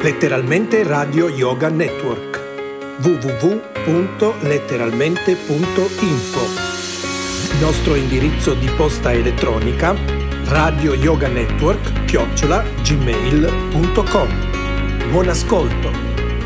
Letteralmente Radio Yoga Network. www.letteralmente.info. Nostro indirizzo di posta elettronica radioyoganetwork@gmail.com. Buon ascolto.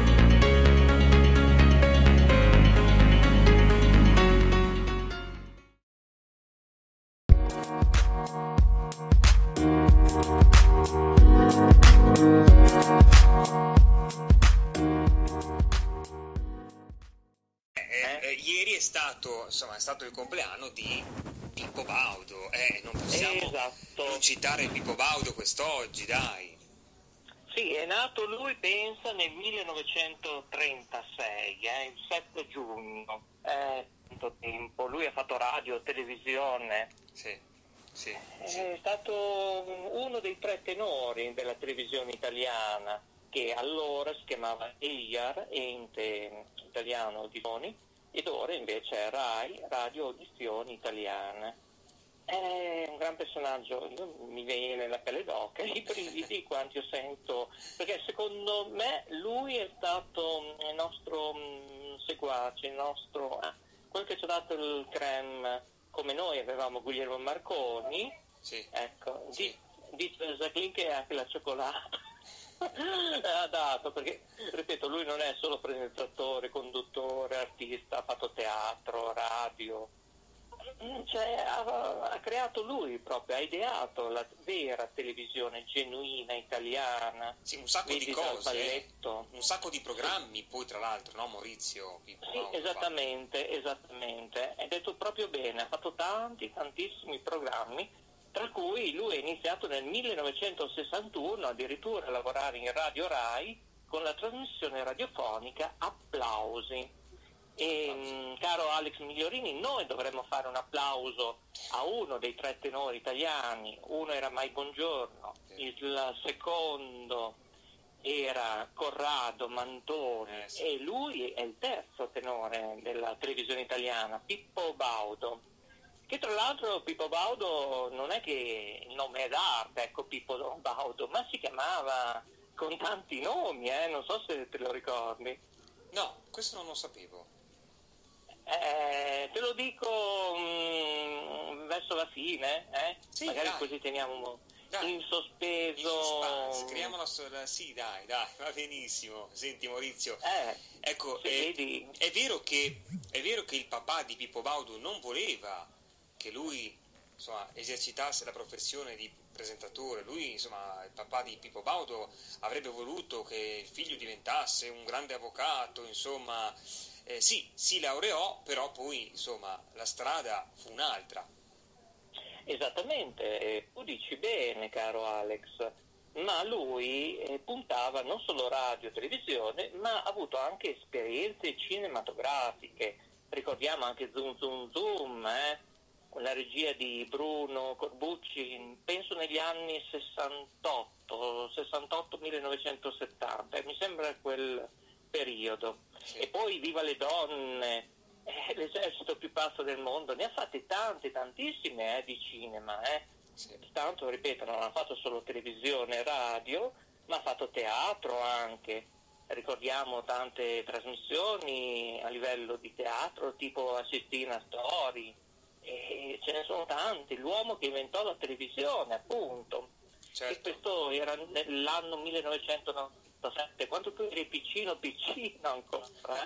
Ieri è stato il compleanno di Pippo Baudo, non possiamo non citare Pippo Baudo quest'oggi, dai. Sì, è nato lui, pensa, nel 1936, il 7 giugno, tanto tempo. Lui ha fatto radio, televisione. Sì. È stato uno dei tre tenori della televisione italiana, che allora si chiamava EIAR, Ente Italiano Audizioni, ed ora invece è RAI, Radio Audizioni Italiane. È un gran personaggio, mi viene la pelle d'oca, i brividi quando io sento, perché secondo me lui è stato il nostro seguace, il nostro, quello che ci ha dato il creme, come noi avevamo Guglielmo Marconi, sì. Ecco, sì. dice Jacqueline che anche la cioccolata ha dato, perché ripeto, lui non è solo presentatore, conduttore, artista, ha fatto teatro, radio, cioè ha creato lui proprio, ha ideato la vera televisione genuina italiana. Sì, un sacco di cose, un sacco di programmi, poi tra l'altro, no Maurizio? Sì, esattamente, hai detto proprio bene, ha fatto tantissimi programmi, tra cui lui è iniziato nel 1961 addirittura a lavorare in Radio Rai con la trasmissione radiofonica Applausi. E caro Alex Migliorini, noi dovremmo fare un applauso a uno dei tre tenori italiani. Uno era Mai Buongiorno, il secondo era Corrado Mantone, e lui è il terzo tenore della televisione italiana, Pippo Baudo, che tra l'altro Pippo Baudo non è che il nome è d'arte, ecco, Pippo Baudo, ma si chiamava con tanti nomi, non so se te lo ricordi. No, questo non lo sapevo. Te lo dico verso la fine, Sì, magari dai. Così teniamo in sospeso. Scriviamola sì, dai, va benissimo. Senti Maurizio, ecco, vedi? è vero che il papà di Pippo Baudo non voleva che lui esercitasse la professione di presentatore. Lui, il papà di Pippo Baudo avrebbe voluto che il figlio diventasse un grande avvocato, sì, si laureò, però poi la strada fu un'altra. Esattamente, tu dici bene, caro Alex, ma lui puntava non solo radio e televisione, ma ha avuto anche esperienze cinematografiche. Ricordiamo anche Zoom Zoom Zoom, con la regia di Bruno Corbucci, penso negli anni 68-1970, mi sembra quel periodo. Sì. E poi Viva le donne, l'esercito più pazzo del mondo, ne ha fatte tantissime di cinema, Sì. Tanto, ripeto, non ha fatto solo televisione e radio, ma ha fatto teatro anche. Ricordiamo tante trasmissioni a livello di teatro, tipo A Sistina Story, e ce ne sono tanti. L'uomo che inventò la televisione, appunto. Certo. E questo era nell'anno 1997, quando tu eri piccino ancora.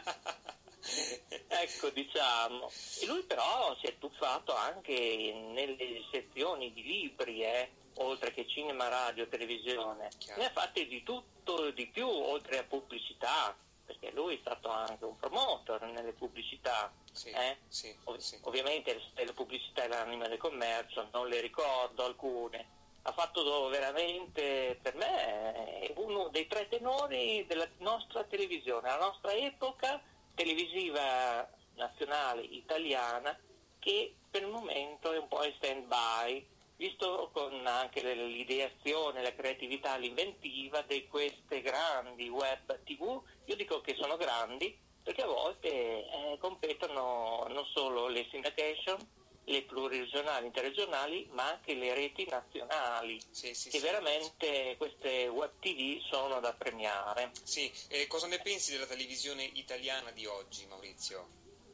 Ecco, diciamo. E lui però si è tuffato anche nelle sezioni di libri, oltre che cinema, radio, televisione. Chiaro. Ne ha fatte di tutto e di più, oltre a pubblicità, perché lui è stato anche un promotor nelle pubblicità. Sì, sì. Ovviamente le pubblicità e l'anima del commercio non le ricordo alcune. Ha fatto veramente, per me, uno dei tre tenori della nostra televisione, la nostra epoca televisiva nazionale italiana, che per il momento è un po' in stand-by, visto con anche l'ideazione, la creatività, l'inventiva di queste grandi web TV. Io dico che sono grandi perché a volte competono non solo le syndication, le pluriregionali, interregionali, ma anche le reti nazionali. Sì, veramente queste web TV sono da premiare. Sì, cosa ne pensi della televisione italiana di oggi, Maurizio?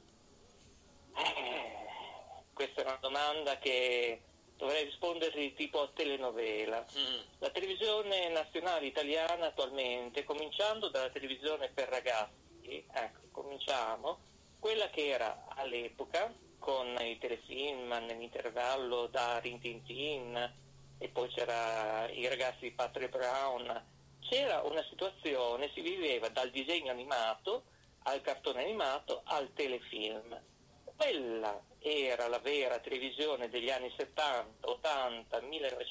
Questa è una domanda che dovrei rispondersi tipo a telenovela. La televisione nazionale italiana attualmente, cominciando dalla televisione per ragazzi, cominciamo, quella che era all'epoca, con i telefilm nell'intervallo da Rin Tin Tin, e poi c'era i ragazzi di Patrick Brown, c'era una situazione, si viveva dal disegno animato al cartone animato al telefilm. Quella era la vera televisione degli anni 70, 80,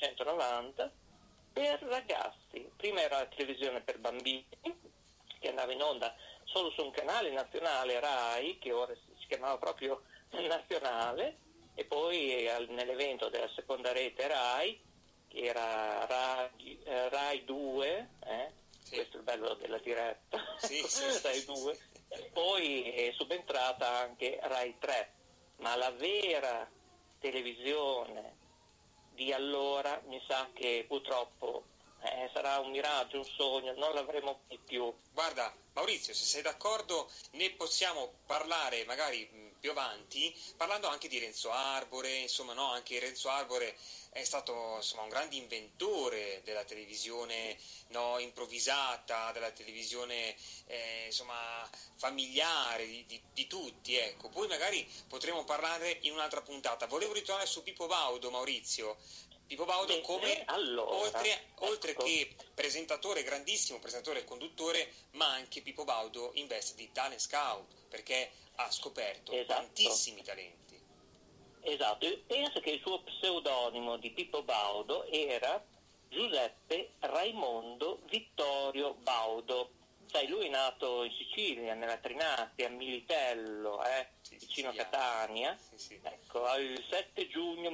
1990 per ragazzi. Prima era la televisione per bambini, che andava in onda solo su un canale nazionale, Rai, che ora si chiamava proprio nazionale, e poi nell'evento della seconda rete Rai, che era Rai 2, questo è il bello della diretta, Rai 2, e poi è subentrata anche Rai 3, ma la vera televisione di allora mi sa che purtroppo sarà un miraggio, un sogno, non l'avremo mai più. Guarda, Maurizio, se sei d'accordo ne possiamo parlare magari più avanti, parlando anche di Renzo Arbore. Insomma, no, anche Renzo Arbore è stato, insomma, un grande inventore della televisione, no, improvvisata, della televisione insomma familiare di tutti, ecco. Poi magari potremo parlare in un'altra puntata. Volevo ritornare su Pippo Baudo, Maurizio. Pippo Baudo come, oltre che presentatore, grandissimo presentatore e conduttore, ma anche Pippo Baudo in veste di talent scout, perché ha scoperto tantissimi talenti. Esatto, io penso che il suo pseudonimo di Pippo Baudo era Giuseppe Raimondo Vittorio Baudo. Sai, lui è nato in Sicilia, nella Trinate, a Militello, vicino a Catania. Ecco, il 7 giugno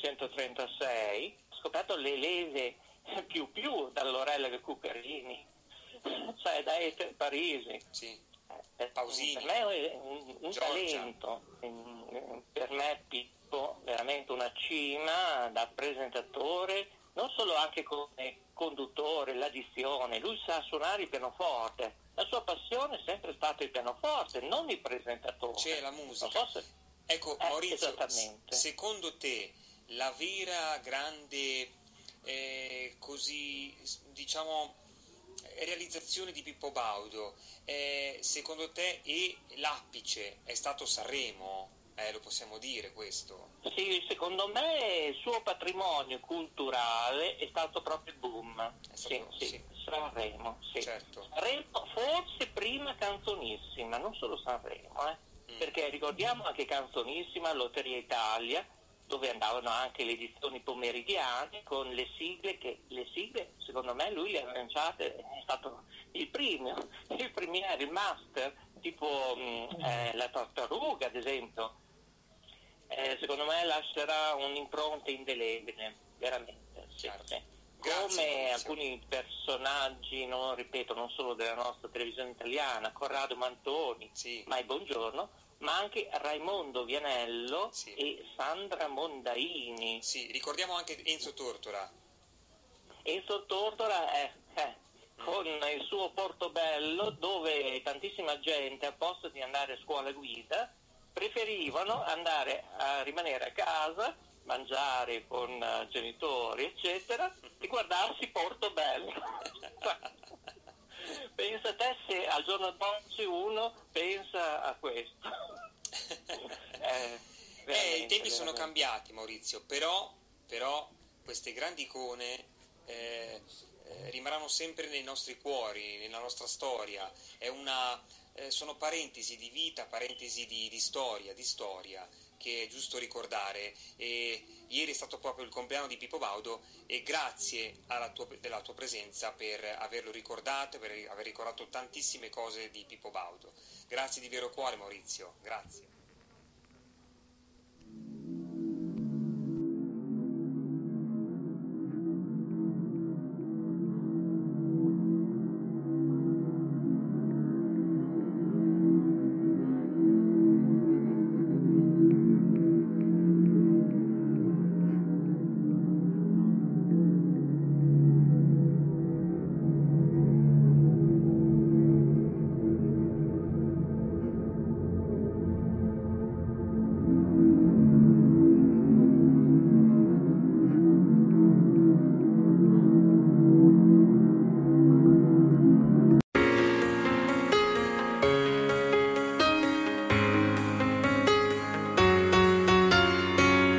1936 ha scoperto le leve più dall'Orella che Cuccarini, cioè da Parisi. Pausini. Per me è un talento, per me Pippo veramente una cima da presentatore, non solo anche come conduttore, l'addizione, lui sa suonare il pianoforte, la sua passione è sempre stata il pianoforte, non il presentatore. C'è la musica. Ecco, Maurizio, secondo te la vera grande così, diciamo, realizzazione di Pippo Baudo, secondo te, e l'apice è stato Sanremo? Lo possiamo dire questo? Sì, secondo me il suo patrimonio culturale è stato proprio il boom. Sanremo, sì. Certo. Sanremo, forse prima Canzonissima, non solo Sanremo, perché ricordiamo anche Canzonissima, Lotteria Italia, dove andavano anche le edizioni pomeridiane con le sigle, secondo me lui le ha lanciate, è stato il primo, il primiero, il master, tipo la Tartaruga ad esempio. Secondo me lascerà un'impronta indelebile, veramente. Certo. Sì. Grazie, come Maurizio. Alcuni personaggi, non solo della nostra televisione italiana, Corrado Mantoni, Mai Buongiorno, ma anche Raimondo Vianello e Sandra Mondaini. Sì, ricordiamo anche Enzo Tortora. Enzo Tortora con il suo Portobello, dove tantissima gente, a posto di andare a scuola guida, preferivano andare a rimanere a casa, mangiare con genitori eccetera e guardarsi Portobello. Pensa te se al giorno d'oggi uno pensa a questo. I tempi sono cambiati, Maurizio, però queste grandi icone rimarranno sempre nei nostri cuori, nella nostra storia. Sono parentesi di vita, parentesi di storia, che è giusto ricordare. E ieri è stato proprio il compleanno di Pippo Baudo e grazie della tua presenza per averlo ricordato, per aver ricordato tantissime cose di Pippo Baudo. Grazie di vero cuore, Maurizio, grazie.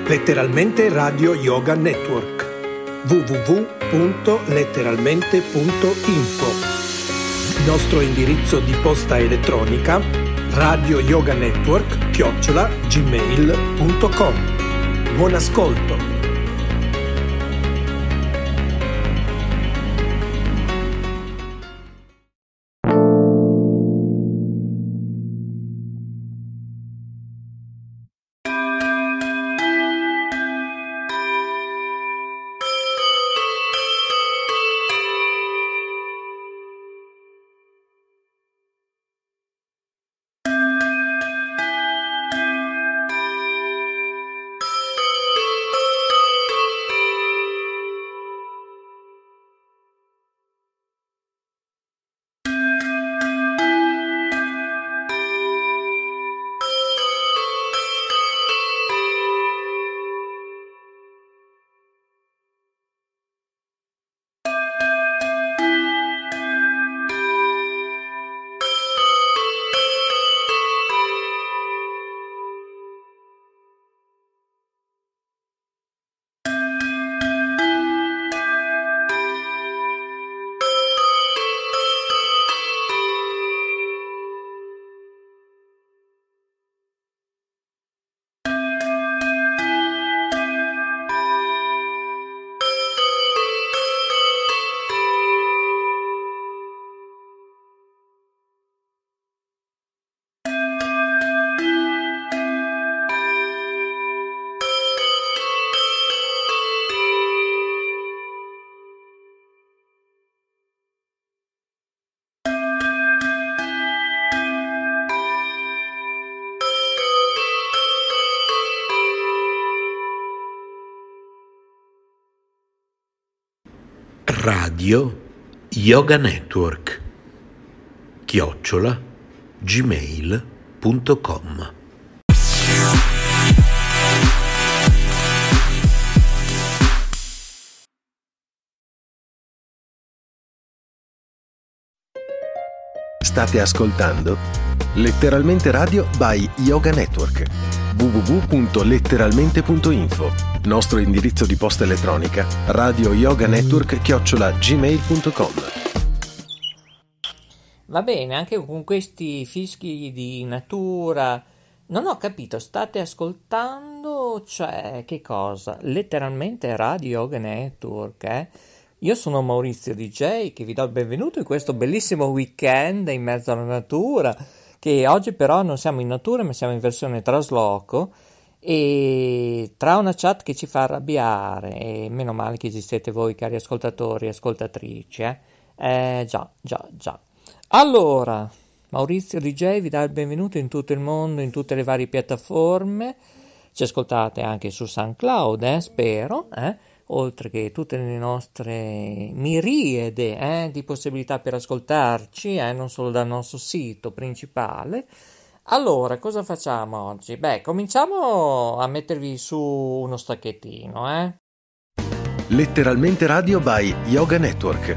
Letteralmente Radio Yoga Network. www.letteralmente.info. Nostro indirizzo di posta elettronica radioyoganetwork@gmail.com. Buon ascolto. Radio Yoga Network @gmail.com. State ascoltando Letteralmente Radio by Yoga Network. www.letteralmente.info. Nostro indirizzo di posta elettronica radioyoganetwork@gmail.com. Va bene, anche con questi fischi di natura. Non ho capito, state ascoltando, cioè, che cosa? Letteralmente Radio Yoga Network, eh? Io sono Maurizio DJ, che vi do il benvenuto in questo bellissimo weekend in mezzo alla natura, che oggi però non siamo in natura, ma siamo in versione trasloco, e tra una chat che ci fa arrabbiare, e meno male che esistete voi, cari ascoltatori e ascoltatrici, già. Allora, Maurizio DJ vi dà il benvenuto in tutto il mondo, in tutte le varie piattaforme. Ci ascoltate anche su SoundCloud, spero, oltre che tutte le nostre miriade di possibilità per ascoltarci, non solo dal nostro sito principale. Allora, cosa facciamo oggi? Beh, cominciamo a mettervi su uno stacchettino, Letteralmente Radio by Yoga Network.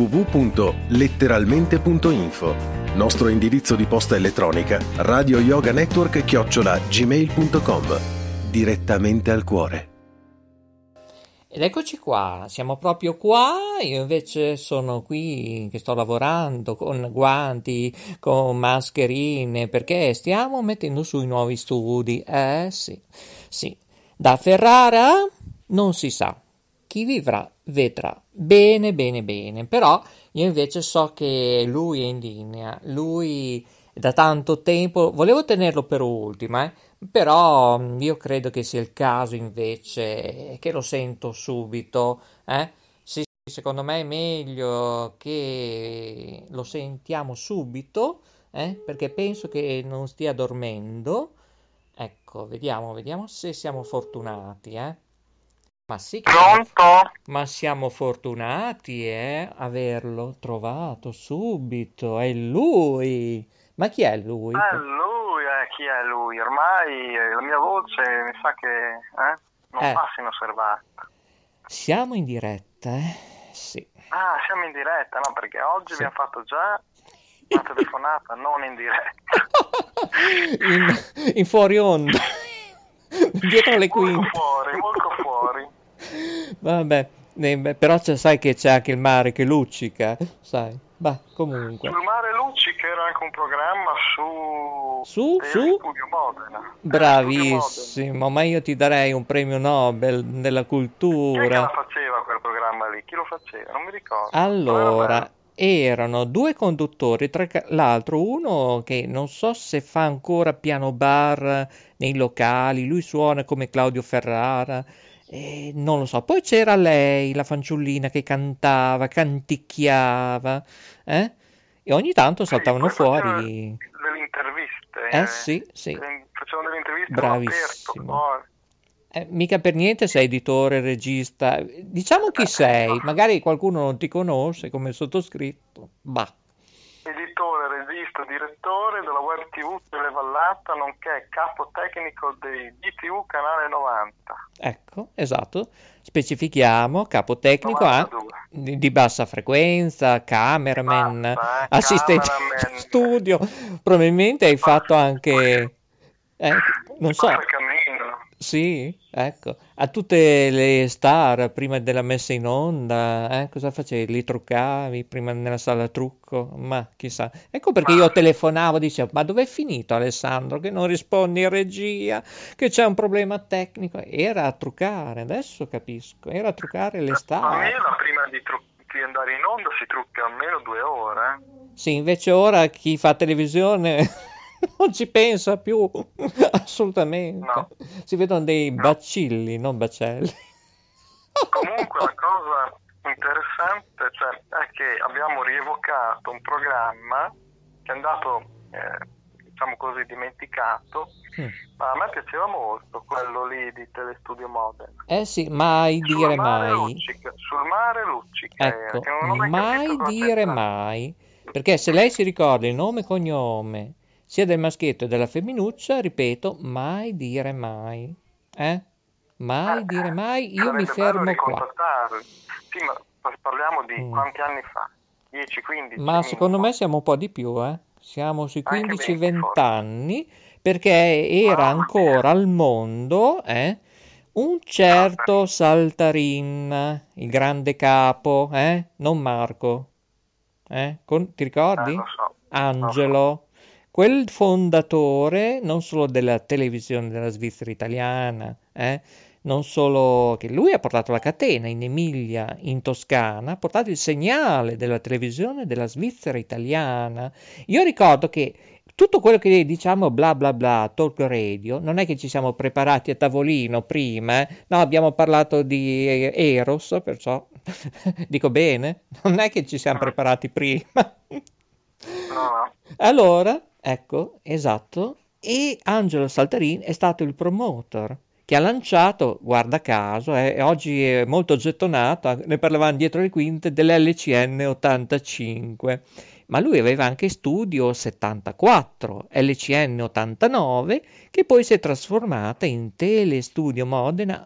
www.letteralmente.info. Nostro indirizzo di posta elettronica radioyoganetwork@gmail.com. Direttamente al cuore. Ed eccoci qua, siamo proprio qua. Io invece sono qui che sto lavorando con guanti, con mascherine, perché stiamo mettendo su i nuovi studi. Sì. Da Ferrara non si sa. Chi vivrà vedrà. Bene. Però io invece so che lui è in linea. Lui da tanto tempo, volevo tenerlo per ultima, però io credo che sia il caso invece che lo sento subito. Sì, secondo me è meglio che lo sentiamo subito, perché penso che non stia dormendo. Ecco, vediamo se siamo fortunati, Ma sì che Pronto? ma siamo fortunati, averlo trovato subito. È lui. Ma chi è lui? Lui, chi è lui? Ormai la mia voce mi sa che non passa inosservata. Siamo in diretta, Sì. Ah, siamo in diretta, no? Perché oggi abbiamo fatto già una telefonata non in diretta. in fuori onda. dietro le quinte. Molto fuori. Vabbè, però sai che c'è anche il mare che luccica, sai. Bah, comunque. Sul mare luccica era anche un programma Su? Studio Modena. Bravissimo, ma io ti darei un premio Nobel della Chi è che cultura. la faceva quel programma lì? Chi lo faceva? Non mi ricordo. Allora, erano due conduttori, tra l'altro uno che non so se fa ancora piano bar nei locali, lui suona come Claudio Ferrara, non lo so. Poi c'era lei, la fanciullina che cantava, canticchiava, e ogni tanto saltavano poi fuori. delle interviste. Sì, Facevano delle interviste bravissimo. all'aperto. Mica per niente sei editore, regista. Diciamo chi sei, magari qualcuno non ti conosce come sottoscritto. Bah. Editore, regista, direttore della Web TV Televallata, nonché capo tecnico dei DTV Canale 90. Ecco, esatto. Specifichiamo, capo tecnico 92. di bassa frequenza, cameraman, assistente cameraman. studio. Probabilmente hai fatto anche, non so. Sì, ecco, a tutte le star prima della messa in onda, cosa facevi? Li truccavi prima nella sala trucco? Ma chissà. Ecco perché io telefonavo, dicevo, ma dov'è finito Alessandro che non rispondi in regia, che c'è un problema tecnico? Era a truccare, adesso capisco, era a truccare le star. Almeno prima di andare in onda si trucca almeno 2 ore. Sì, invece ora chi fa televisione non ci pensa più, assolutamente. No. Si vedono dei bacilli, non bacelli. Comunque la cosa interessante è che abbiamo rievocato un programma che è andato, diciamo così, dimenticato, ma a me piaceva molto quello lì di Telestudio Modena. Sì, mai dire mai. Sul mare luccica. Ecco, Che non ho mai capito cosa dire c'entra. mai, perché se lei si ricorda il nome e cognome sia del maschietto che della femminuccia, ripeto, mai dire mai. Mai dire mai, io mi Sarebbe bello fermo qua. ricontattarli. Sì, ma parliamo di quanti anni fa? 10, 15? Ma secondo me siamo un po' di più, Siamo sui Anche 15-20 20 anni, perché era ancora al mondo, un certo Saltarin, il grande capo, non Marco, ti ricordi? Lo so. Angelo, quel fondatore non solo della televisione della Svizzera italiana, non solo che lui ha portato la catena in Emilia, in Toscana, ha portato il segnale della televisione della Svizzera italiana. Io ricordo che tutto quello che diciamo bla bla bla, talk radio, non è che ci siamo preparati a tavolino prima, no, abbiamo parlato di Eros, perciò dico bene, non è che ci siamo preparati prima. No. Allora, ecco, esatto, e Angelo Saltarin è stato il promoter che ha lanciato, guarda caso, e oggi è molto gettonato, ne parlavamo dietro le quinte, dell'LCN 85, ma lui aveva anche Studio 74, LCN 89, che poi si è trasformata in Telestudio Modena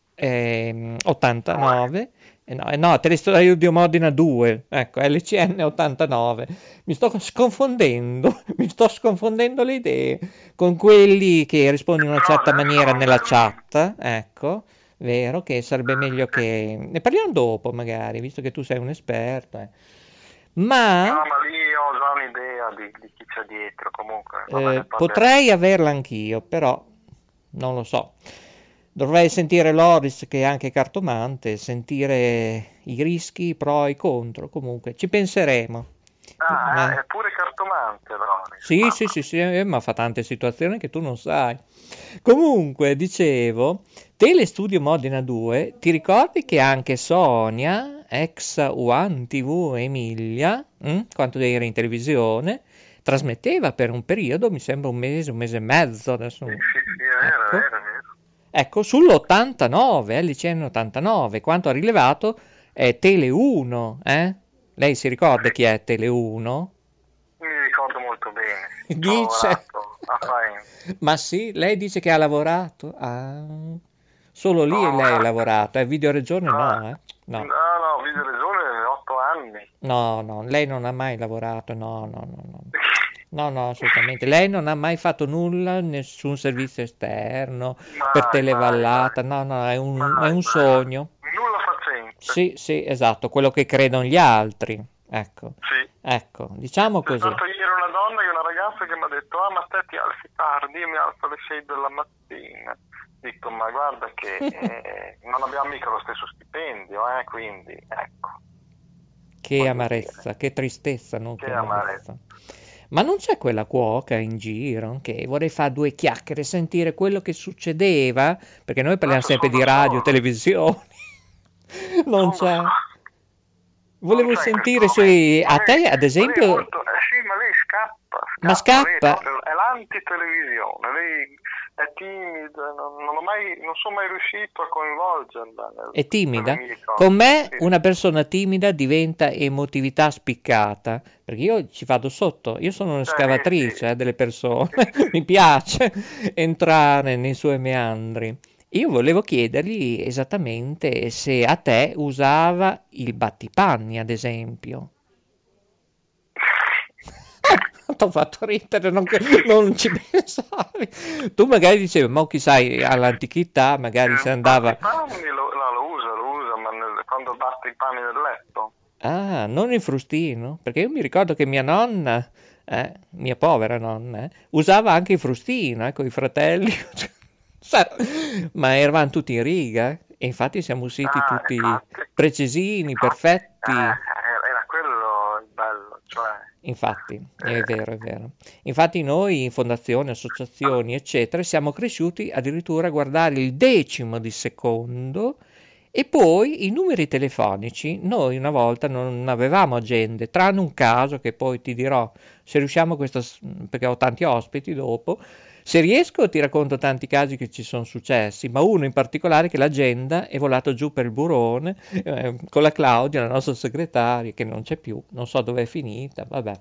89, Telestudio Modena 2, ecco, LCN 89. Mi sto sconfondendo le idee con quelli che rispondono in una certa maniera nella chat, ecco, vero, che sarebbe meglio che ne parliamo dopo magari, visto che tu sei un esperto, Ma No, ma lì ho già un'idea di chi c'è dietro, comunque. potrei averla anch'io, però non lo so. Dovrei sentire Loris, che è anche cartomante, sentire i rischi, i pro e i contro. Comunque, ci penseremo. È pure cartomante, Loris. Sì, ma fa tante situazioni che tu non sai. Comunque, dicevo, Telestudio Modena 2, ti ricordi che anche Sonia, ex One TV Emilia, quando era in televisione, trasmetteva per un periodo, mi sembra un mese e mezzo, adesso. Sì, è vero. Ecco, sull'89, LCN 89, quanto ha rilevato è Tele 1, Lei si ricorda chi è Tele 1? Mi ricordo molto bene. Dice... Ho lavorato a Faenza. Ma sì, lei dice che ha lavorato? Solo lì lei ha lavorato, Videoregione no, No. No, Videoregione 8 anni. No, lei non ha mai lavorato, no. No, assolutamente. Lei non ha mai fatto nulla, nessun servizio esterno, per Mai, televallata. mai, No, è un, è mai, un mai. sogno. Nulla facente. Sì, esatto, quello che credono gli altri. Sì. Ecco, diciamo C'è così. stata ieri una donna, una ragazza che mi ha detto: ah, ma te ti alzi tardi, io mi alzo alle 6 della mattina. Dico: ma guarda che non abbiamo mica lo stesso stipendio, quindi ecco. Che Voglio amarezza, dire. che tristezza, non Che che amarezza. amarezza. Ma non c'è quella cuoca in giro che vorrei fare due chiacchiere, sentire quello che succedeva, perché noi parliamo Adesso sempre sono di da radio, solo. televisione. Non Sono da c'è. solo. Volevo Non c'è in sentire questo momento. a te, ad Lei è esempio, molto, sì, ma lei scappa. ma Lei scappa? è l'antitelevisione, lei è timida, non sono mai riuscito a coinvolgerla È timida? nelle mie cose. Con me Sì. una persona timida diventa emotività spiccata, perché io ci vado sotto, io sono un'escavatrice Sì. delle persone, mi piace entrare nei suoi meandri. Io volevo chiedergli esattamente se a te usava il battipanni, ad esempio. Ti ho fatto ridere, non ci pensavi. Tu magari dicevi, ma chi sai, all'antichità magari si andava... I panni lo usa, ma quando batte i panni nel letto. Ah, non il frustino, perché io mi ricordo che mia nonna, mia povera nonna, usava anche il frustino, con i fratelli, ma eravamo tutti in riga, e infatti siamo usciti tutti Infatti, precisini, perfetti. era quello il bello, cioè... Infatti, è vero. Infatti noi in fondazioni, associazioni, eccetera, siamo cresciuti addirittura a guardare il decimo di secondo e poi i numeri telefonici. Noi una volta non avevamo agende, tranne un caso che poi ti dirò, se riusciamo perché ho tanti ospiti dopo, se riesco ti racconto tanti casi che ci sono successi, ma uno in particolare che l'agenda è volato giù per il burone con la Claudia, la nostra segretaria, che non c'è più, non so dove è finita, vabbè.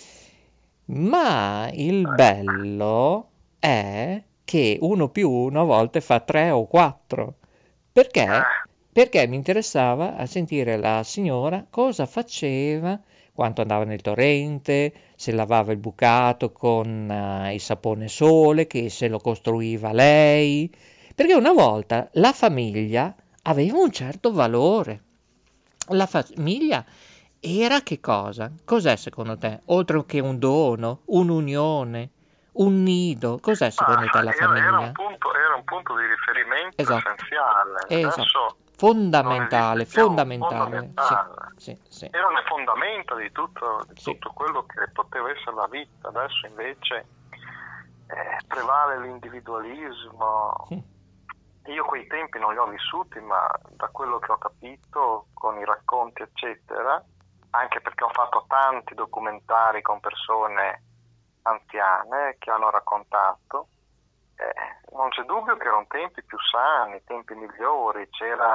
Ma il bello è che 1 più 1 a volte fa 3 o 4. Perché? Perché mi interessava a sentire la signora cosa faceva, quanto andava nel torrente, se lavava il bucato con il sapone sole, che se lo costruiva lei. Perché una volta la famiglia aveva un certo valore. La famiglia era che cosa? Cos'è secondo te? Oltre che un dono, un'unione, un nido, cos'è secondo te la famiglia? Era un punto di riferimento essenziale. Esatto. Adesso fondamentale. Sì. Era le fondamenta di tutto quello che poteva essere la vita. Adesso invece prevale l'individualismo. Io quei tempi non li ho vissuti, ma da quello che ho capito con i racconti eccetera, anche perché ho fatto tanti documentari con persone anziane che hanno raccontato, non c'è dubbio che erano tempi più sani, tempi migliori,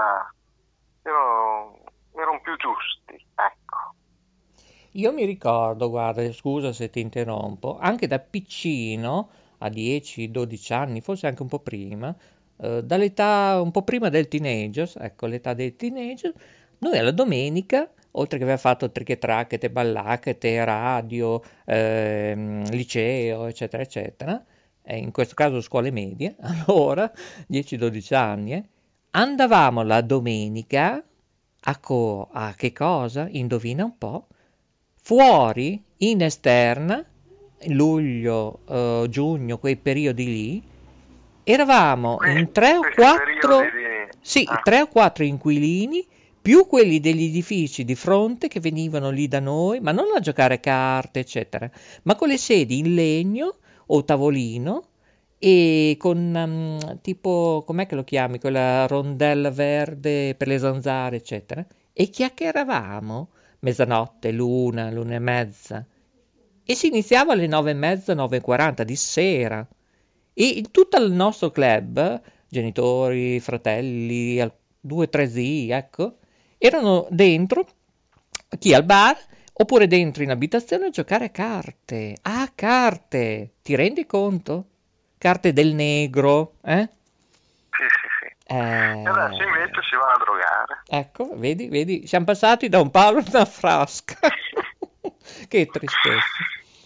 erano più giusti, ecco. Io mi ricordo, guarda, scusa se ti interrompo, anche da piccino, a 10-12 anni, forse anche un po' prima, dall'età un po' prima del teenager, ecco l'età dei teenager, noi alla domenica, oltre che aver fatto trichetracchete, ballacchete, radio, liceo, eccetera, eccetera, in questo caso scuole medie, allora, 10-12 anni, andavamo la domenica a che cosa? Indovina un po'? Fuori, in esterna, luglio, giugno, quei periodi lì, eravamo in 3 o 4, sì, 3 o 4 inquilini, più quelli degli edifici di fronte che venivano lì da noi, ma non a giocare a carte, eccetera, ma con le sedi in legno o tavolino e con tipo, com'è che lo chiami, quella rondella verde per le zanzare, eccetera, e chiacchieravamo mezzanotte, l'una e mezza, e si iniziava alle 9:30, 9:40 di sera, e tutto il nostro club, genitori, fratelli, 2 o 3 zii, ecco, erano dentro, chi al bar, oppure dentro in abitazione a giocare a carte. Ah, carte! Ti rendi conto? Carte del negro, eh? Sì. Adesso invece si va a drogare. Ecco, vedi, siamo passati da un palo a una frasca. Che tristezza.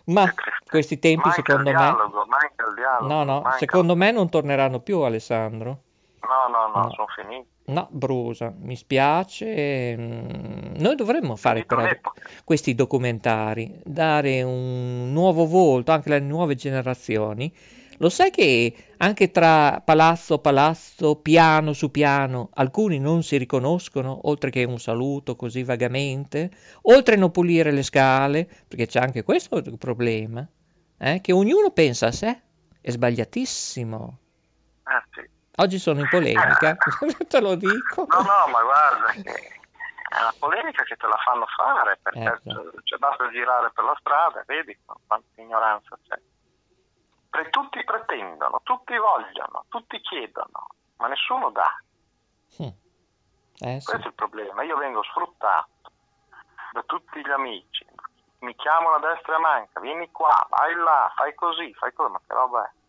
Ma Che tristezza. questi tempi, Manca secondo il me, dialogo, manca il dialogo. no, manca- secondo me non torneranno più, Alessandro. No, No. sono finiti. No, Brusa, mi spiace. Noi dovremmo fare Finita però un'epoca. questi documentari, dare un nuovo volto anche alle nuove generazioni. Lo sai che anche tra palazzo, piano su piano, alcuni non si riconoscono, oltre che un saluto così vagamente, oltre a non pulire le scale, perché c'è anche questo problema, che ognuno pensa a sé, è sbagliatissimo. Sì. Oggi sono in polemica, te lo dico. No, ma guarda che è una polemica che te la fanno fare, perché cioè, basta girare per la strada, vedi quanta ignoranza c'è. Tutti pretendono, tutti vogliono, tutti chiedono, ma nessuno dà. Sì. Questo è il problema. Io vengo sfruttato da tutti gli amici, mi chiamano a destra e a manca, vieni qua, vai là, fai così, ma che roba è?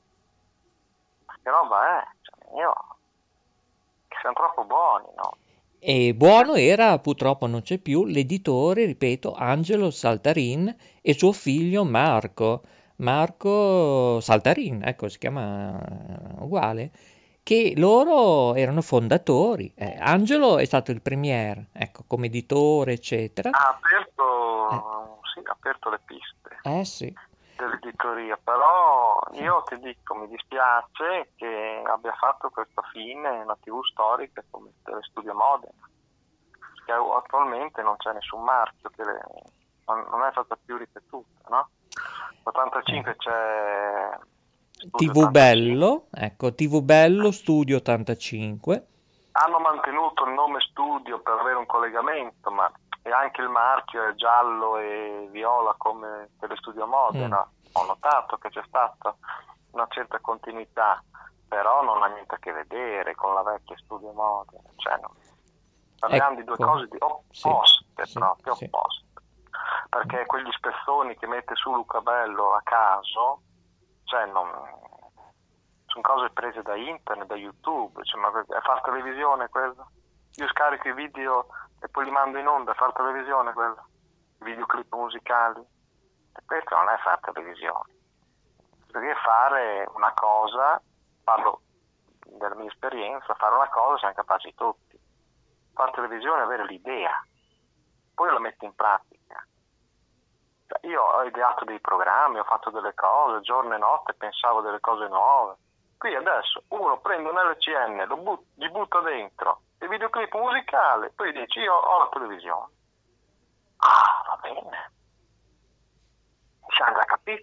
Cioè, io, che siamo troppo buoni, no? E buono era, purtroppo non c'è più, l'editore, ripeto, Angelo Saltarin e suo figlio Marco Saltarin, ecco, si chiama uguale, che loro erano fondatori. Angelo è stato il premier, ecco, come editore, eccetera. Ha aperto le piste. Sì. Dell'editoria, però io ti dico, mi dispiace che abbia fatto questa fine una TV storica come Telestudio Modena, che attualmente non c'è nessun marchio, non è stata più ripetuta, no? 85 c'è TV 85. Bello, ecco, TV Bello, Studio 85. Hanno mantenuto il nome Studio per avere un collegamento, ma e anche il marchio è giallo e viola come Telestudio Modena. Ho notato che c'è stata una certa continuità, però non ha niente a che vedere con la vecchia Studio Modena, cioè, parliamo di due cose opposte, proprio opposte, perché quegli spezzoni che mette su Luca Bello a caso, cioè sono cose prese da internet, da YouTube, cioè, ma è far televisione quello? Io scarico i video e poi li mando in onda, far televisione quello, i videoclip musicali, e questo non è far televisione, perché fare una cosa, parlo della mia esperienza, fare una cosa siamo capaci tutti, far televisione è avere l'idea, poi la metti in pratica. Cioè, io ho ideato dei programmi, ho fatto delle cose, giorno e notte pensavo delle cose nuove, qui adesso uno prende un LCN, gli butta dentro il videoclip musicale, poi dici io ho la televisione. Va bene. Siamo già capiti.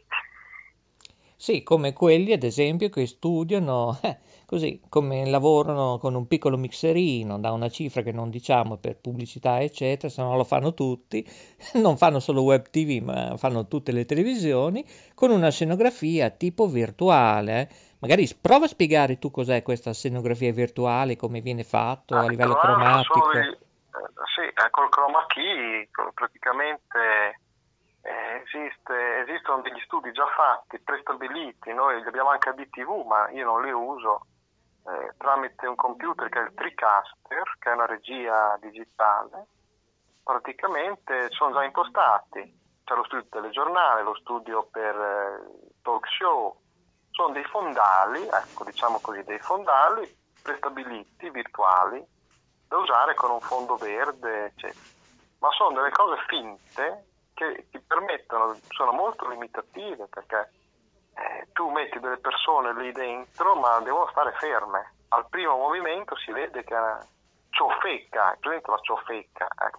Sì, come quelli ad esempio che studiano, così, come lavorano con un piccolo mixerino, da una cifra che non diciamo per pubblicità eccetera, se no lo fanno tutti, non fanno solo web tv ma fanno tutte le televisioni, con una scenografia tipo virtuale, Magari prova a spiegare tu cos'è questa scenografia virtuale, come viene fatto a livello cromatico. Sì, col chroma key praticamente esistono degli studi già fatti, prestabiliti, noi li abbiamo anche a DTV, ma io non li uso, tramite un computer che è il TriCaster, che è una regia digitale, praticamente sono già impostati, c'è lo studio telegiornale, lo studio per talk show, sono dei fondali, ecco, diciamo così, dei fondali prestabiliti, virtuali, da usare con un fondo verde, eccetera. Ma sono delle cose finte che ti permettono, sono molto limitative, perché tu metti delle persone lì dentro, ma devono stare ferme. Al primo movimento si vede che ciofecca, presente la ciofecca, ecco.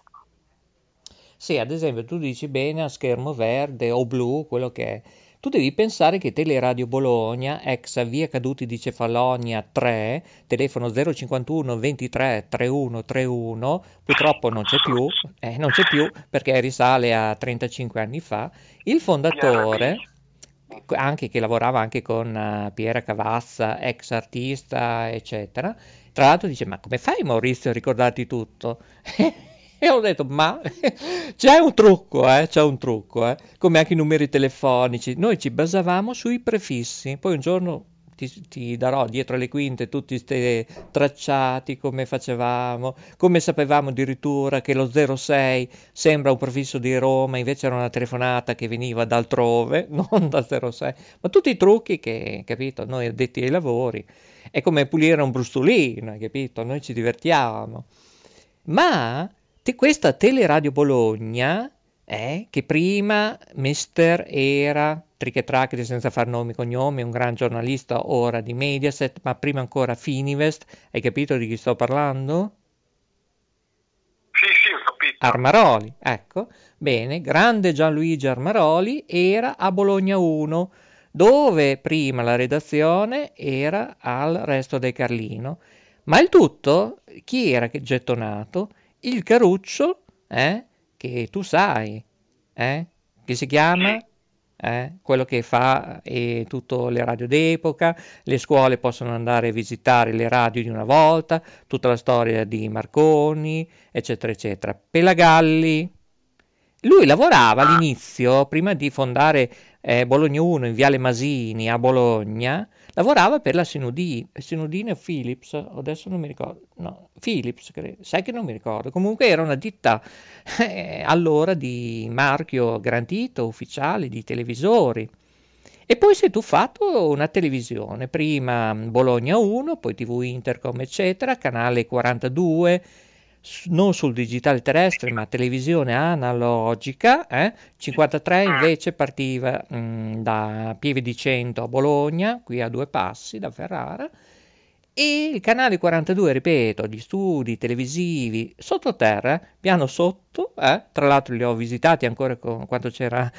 Sì, ad esempio tu dici bene a schermo verde o blu, quello che è. Tu devi pensare che Teleradio Bologna, ex via Caduti di Cefalonia 3, telefono 051 23 31 31, purtroppo non c'è più perché risale a 35 anni fa, il fondatore, anche che lavorava anche con Piera Cavazza, ex artista, eccetera, tra l'altro dice, ma come fai Maurizio a ricordarti tutto? E ho detto, ma c'è un trucco, come anche i numeri telefonici. Noi ci basavamo sui prefissi, poi un giorno ti darò dietro le quinte tutti questi tracciati, come facevamo, come sapevamo addirittura che lo 06 sembra un prefisso di Roma, invece era una telefonata che veniva da altrove, non dal 06, ma tutti i trucchi che, capito, noi addetti ai lavori, è come pulire un brustolino, hai capito, noi ci divertiamo. Ma questa Teleradio Bologna, che prima mister era trichetracchete senza far nomi e cognomi, un gran giornalista ora di Mediaset, ma prima ancora Fininvest, hai capito di chi sto parlando? Sì, ho capito. Armaroli, ecco, bene, grande Gianluigi Armaroli era a Bologna 1, dove prima la redazione era al Resto del Carlino, ma il tutto, chi era che gettonato? Il Caruccio, che tu sai, che si chiama, quello che fa tutte le radio d'epoca, le scuole possono andare a visitare le radio di una volta, tutta la storia di Marconi, eccetera, eccetera. Pelagalli, lui lavorava all'inizio, prima di fondare Bologna 1 in Viale Masini a Bologna, lavorava per la Sinudine Philips, adesso non mi ricordo, no, Philips, sai che non mi ricordo, comunque era una ditta allora di marchio garantito, ufficiale, di televisori. E poi si è tuffato una televisione, prima Bologna 1, poi TV Intercom, eccetera, canale 42, non sul digitale terrestre, ma televisione analogica, 53 invece partiva da Pieve di Cento a Bologna, qui a 2 passi da Ferrara, e il canale 42, ripeto, gli studi televisivi sottoterra, piano sotto, tra l'altro li ho visitati ancora quando c'era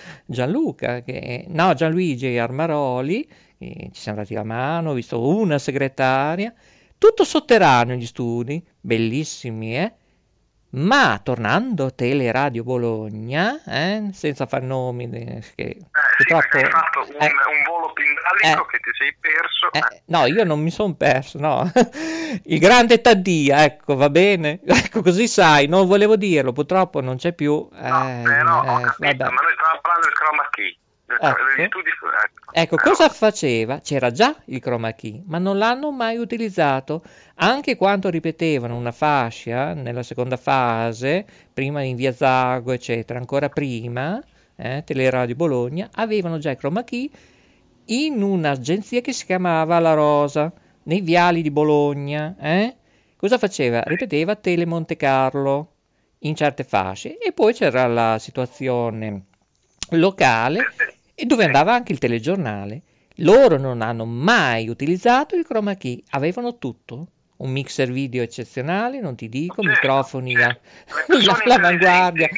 Gianluigi Armaroli, ci siamo dati la mano, ho visto una segretaria, tutto sotterraneo gli studi, bellissimi, ma tornando a Teleradio Bologna, senza far nomi, che purtroppo hai fatto un volo pindalico che ti sei perso. No, io non mi sono perso, no. Il grande Taddia, ecco, va bene, ecco, così sai, non volevo dirlo, purtroppo non c'è più. Ho capito, vabbè. ma noi stavamo parlando del chroma key. Degli studi Ecco, cosa faceva? C'era già il chroma key, ma non l'hanno mai utilizzato, anche quando ripetevano una fascia nella seconda fase, prima in Via Zago, eccetera, ancora prima, Teleradio Bologna, avevano già il chroma key in un'agenzia che si chiamava La Rosa, nei viali di Bologna. Cosa faceva? Ripeteva Tele Monte Carlo in certe fasce, e poi c'era la situazione locale, e dove andava anche il telegiornale. Loro non hanno mai utilizzato il chroma key, avevano tutto, un mixer video eccezionale, non ti dico, microfoni all'avanguardia,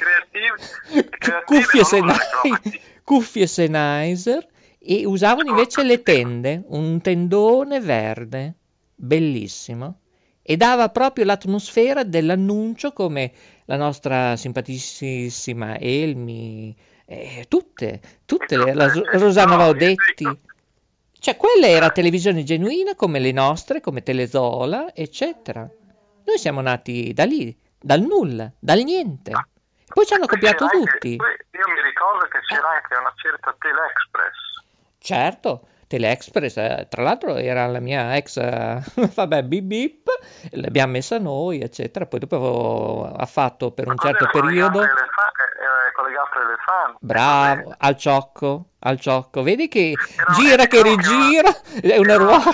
cuffie Sennheiser, e usavano invece le tende, un tendone verde, bellissimo, e dava proprio l'atmosfera dell'annuncio, come la nostra simpaticissima Elmi, tutte la Rosanna Vaudetti, cioè quella era televisione genuina come le nostre, come Telezola, eccetera. Noi siamo nati da lì, dal nulla, dal niente. Poi ci hanno copiato tutti. Io mi ricordo che c'era anche una certa Telexpress. Certo, Telexpress, tra l'altro era la mia ex, vabbè, bip bip, l'abbiamo messa noi, eccetera. Poi dopo ha fatto per un certo periodo... collegato all'elefante. Bravo, al ciocco, vedi che gira che rigira, è una ruota.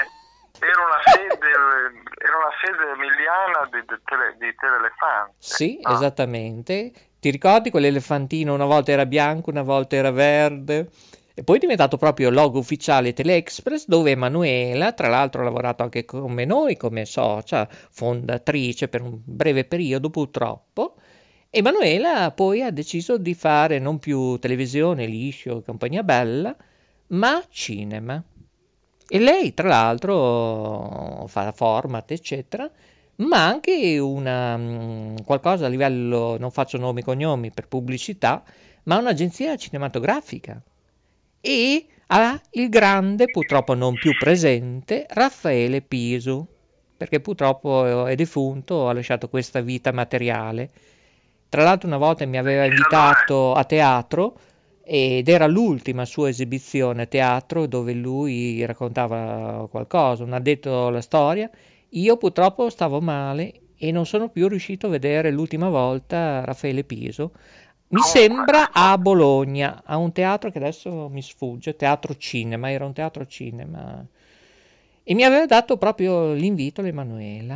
Era una sede emiliana di Telelefante. Sì, esattamente. Ti ricordi quell'elefantino? Una volta era bianco, una volta era verde. E poi è diventato proprio logo ufficiale Telexpress, dove Emanuela, tra l'altro ha lavorato anche come noi, come socia, fondatrice per un breve periodo purtroppo. Emanuela poi ha deciso di fare non più televisione, liscio, compagnia bella, ma cinema. E lei, tra l'altro, fa format, eccetera, ma anche qualcosa a livello, non faccio nomi e cognomi per pubblicità, ma un'agenzia cinematografica. E ha il grande, purtroppo non più presente, Raffaele Pisu, perché purtroppo è defunto, ha lasciato questa vita materiale. Tra l'altro una volta mi aveva invitato a teatro, ed era l'ultima sua esibizione a teatro dove lui raccontava qualcosa, un addetto alla storia. Io purtroppo stavo male e non sono più riuscito a vedere l'ultima volta Raffaele Piso. Mi sembra a Bologna, a un teatro che adesso mi sfugge, Teatro Cinema, era un teatro cinema. E mi aveva dato proprio l'invito l'Emanuela.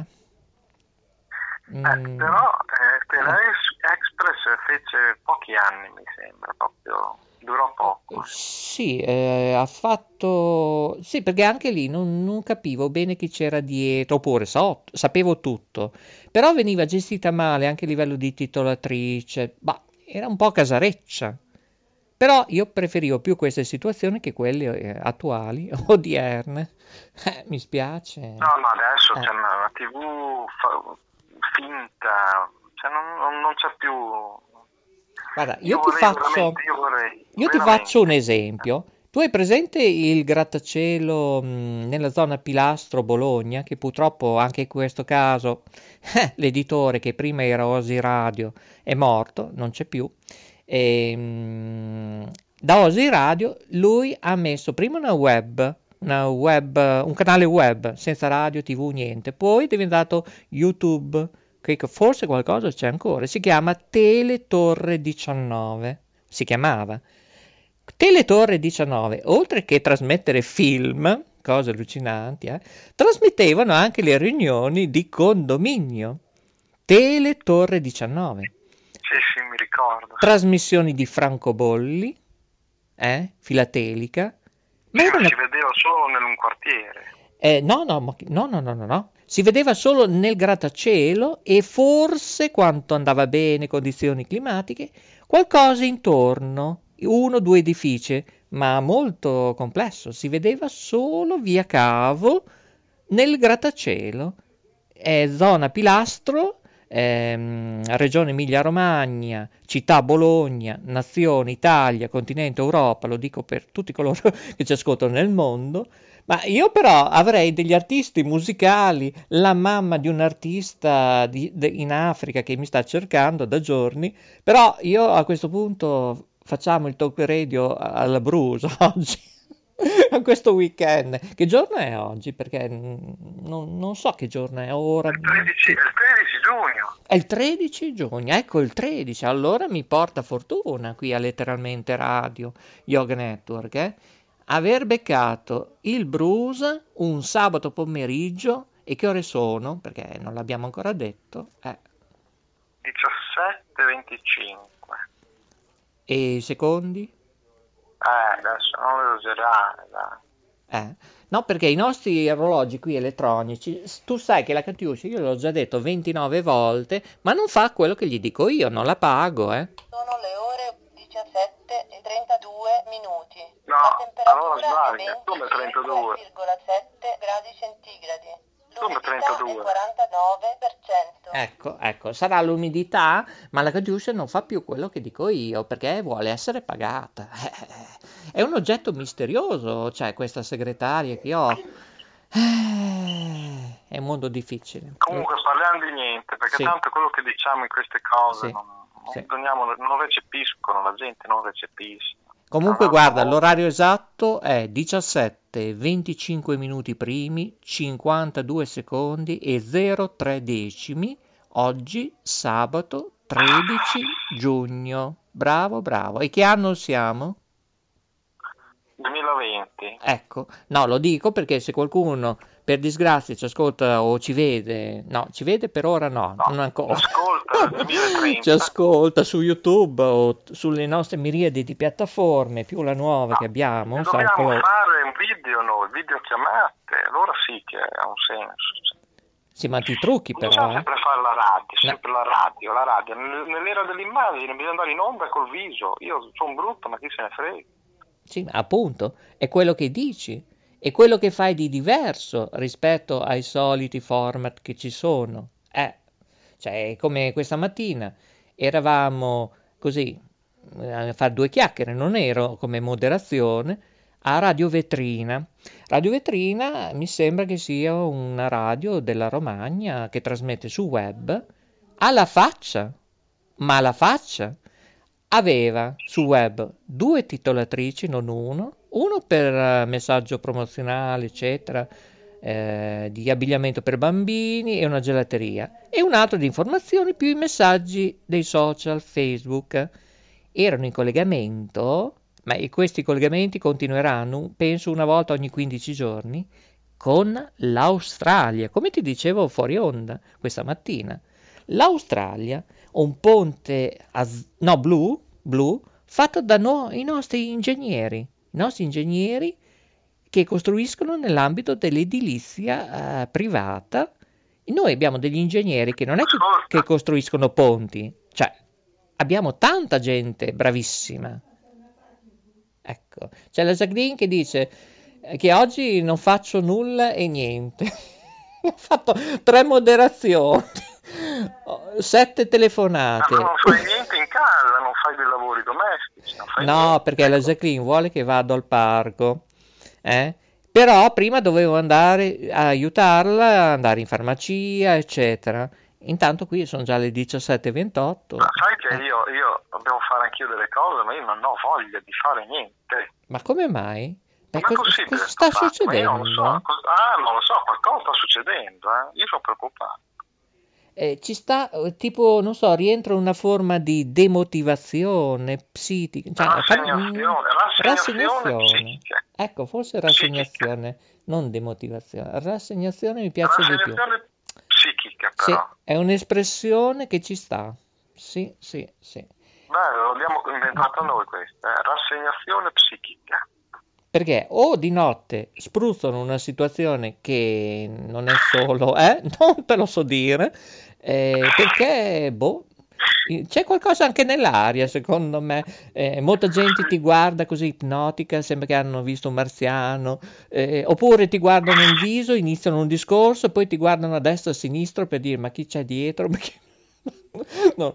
Però Express fece pochi anni, mi sembra, proprio durò poco. Sì, ha fatto... Sì, perché anche lì non capivo bene chi c'era dietro, oppure sapevo tutto, però veniva gestita male anche a livello di titolatrice, era un po' casareccia. Però io preferivo più queste situazioni che quelle attuali, odierne. Mi spiace. No, adesso c'è una TV finta, cioè non c'è più... Guarda, io ti faccio un esempio. Tu hai presente il grattacielo nella zona Pilastro Bologna, che purtroppo anche in questo caso l'editore che prima era Osi Radio è morto, non c'è più. Da Osi Radio lui ha messo prima un canale web senza radio, TV, niente, poi è diventato YouTube, che forse qualcosa c'è ancora, si chiama Teletorre 19, si chiamava Teletorre 19, oltre che trasmettere film, cose allucinanti, trasmettevano anche le riunioni di condominio. Teletorre 19. Sì, mi ricordo. Trasmissioni di francobolli, filatelica. Ma si vedeva solo in un quartiere. No. Si vedeva solo nel grattacielo e forse, quanto andava bene, condizioni climatiche, qualcosa intorno, 1 o 2 edifici, ma molto complesso. Si vedeva solo via cavo nel grattacielo. Zona Pilastro, Regione Emilia-Romagna, città Bologna, nazione Italia, continente Europa, lo dico per tutti coloro che ci ascoltano nel mondo. Ma io però avrei degli artisti musicali, la mamma di un artista in Africa che mi sta cercando da giorni, però io a questo punto facciamo il talk radio all'Abruzzo oggi, a questo weekend. Che giorno è oggi? Perché non so che giorno è ora. Il 13 giugno. È il 13 giugno, ecco il 13, allora mi porta fortuna qui a Letteralmente Radio Yoga Network, aver beccato il Bruce un sabato pomeriggio. E che ore sono? Perché non l'abbiamo ancora detto. 17:25. E i secondi? Adesso non esagerare, dai. No, perché i nostri orologi qui elettronici, tu sai che la Catiuscia, io l'ho già detto 29 volte, ma non fa quello che gli dico io, non la pago, Sono le ore 17:32 minuti. No, la temperatura allora sbagli, è come 32? 22,7 gradi centigradi. Come 32? 49%. Ecco, sarà l'umidità, ma la Catiuscia non fa più quello che dico io, perché vuole essere pagata. È un oggetto misterioso, cioè questa segretaria che ho. È un mondo difficile. Comunque parliamo di niente, perché tanto quello che diciamo in queste cose non recepiscono, la gente non recepisce. Comunque guarda, l'orario esatto è 17:25 minuti primi, 52 secondi e 03 decimi, oggi sabato 13 giugno. Bravo. E che anno siamo? 2020. Ecco, no, lo dico perché se qualcuno per disgrazia ci ascolta o ci vede, ci vede per ora non ancora. Ascolta, 2030. Ci ascolta su YouTube o sulle nostre miriadi di piattaforme, più la nuova che abbiamo. Dobbiamo fare un video chiamate, allora sì che ha un senso. Sì, ma ti trucchi però. Bisogna sempre fare la radio. Nell'era dell'immagine bisogna andare in onda col viso. Io sono brutto, ma chi se ne frega. Sì, appunto, è quello che dici, è quello che fai di diverso rispetto ai soliti format che ci sono. Cioè, come questa mattina eravamo così a fare 2 chiacchiere, non ero come moderazione, a Radio Vetrina. Radio Vetrina mi sembra che sia una radio della Romagna che trasmette su web, alla faccia, aveva sul web 2 titolatrici, non uno per messaggio promozionale, eccetera, di abbigliamento per bambini e una gelateria, e un altro di informazioni più i messaggi dei social Facebook. Erano in collegamento, ma questi collegamenti continueranno, penso, una volta ogni 15 giorni, con l'Australia, come ti dicevo fuori onda questa mattina. L'Australia, un ponte blu, fatto da i nostri ingegneri che costruiscono nell'ambito dell'edilizia privata. Noi abbiamo degli ingegneri che non è che costruiscono ponti, cioè abbiamo tanta gente bravissima. Ecco, c'è la Jacqueline che dice che oggi non faccio nulla e niente. Ho fatto 3 moderazioni, 7 telefonate. Ma non fai niente in casa, non fai dei lavori domestici? No, perché la Jacqueline vuole che vado al parco. Però prima dovevo andare a aiutarla, andare in farmacia, eccetera. Intanto qui sono già le 17:28. Ma sai che io devo fare anch'io delle cose, ma io non ho voglia di fare niente. Ma come mai? Cosa sta succedendo? Io non lo so. Non lo so, qualcosa sta succedendo. Io sono preoccupato. Ci sta, tipo, non so, rientra una forma di demotivazione psichica, cioè, rassegnazione. Psichica. Ecco, forse rassegnazione, psichica. Non demotivazione. Rassegnazione mi piace di più. Rassegnazione psichica, però. Sì, è un'espressione che ci sta. Sì. Beh, l'abbiamo inventata noi questa, rassegnazione psichica. Perché o di notte spruzzano una situazione che non è solo, non te lo so dire, perché, c'è qualcosa anche nell'aria, secondo me. Molta gente ti guarda così ipnotica, sembra che hanno visto un marziano, oppure ti guardano in viso, iniziano un discorso, poi ti guardano a destra e a sinistra per dire ma chi c'è dietro? Perché... no.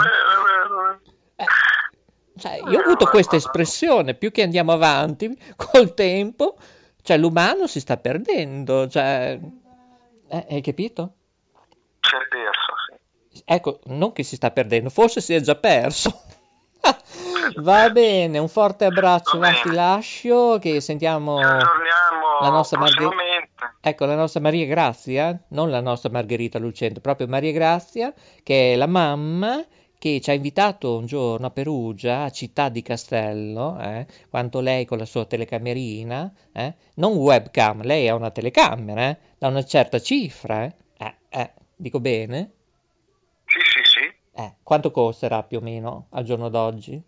Cioè, io ho avuto questa espressione, più che andiamo avanti col tempo, cioè l'umano si sta perdendo, cioè, hai capito? Si è perso, sì. Ecco, non che si sta perdendo, forse si è già perso. Va bene, un forte abbraccio, ti lascio, che sentiamo la nostra Margherita. Ecco, la nostra Maria Grazia, non la nostra Margherita Lucente, proprio Maria Grazia, che è la mamma che ci ha invitato un giorno a Perugia, a Città di Castello, quanto lei con la sua telecamerina, non webcam, lei ha una telecamera, da una certa cifra, dico bene? Sì. Quanto costerà più o meno al giorno d'oggi? 3.000,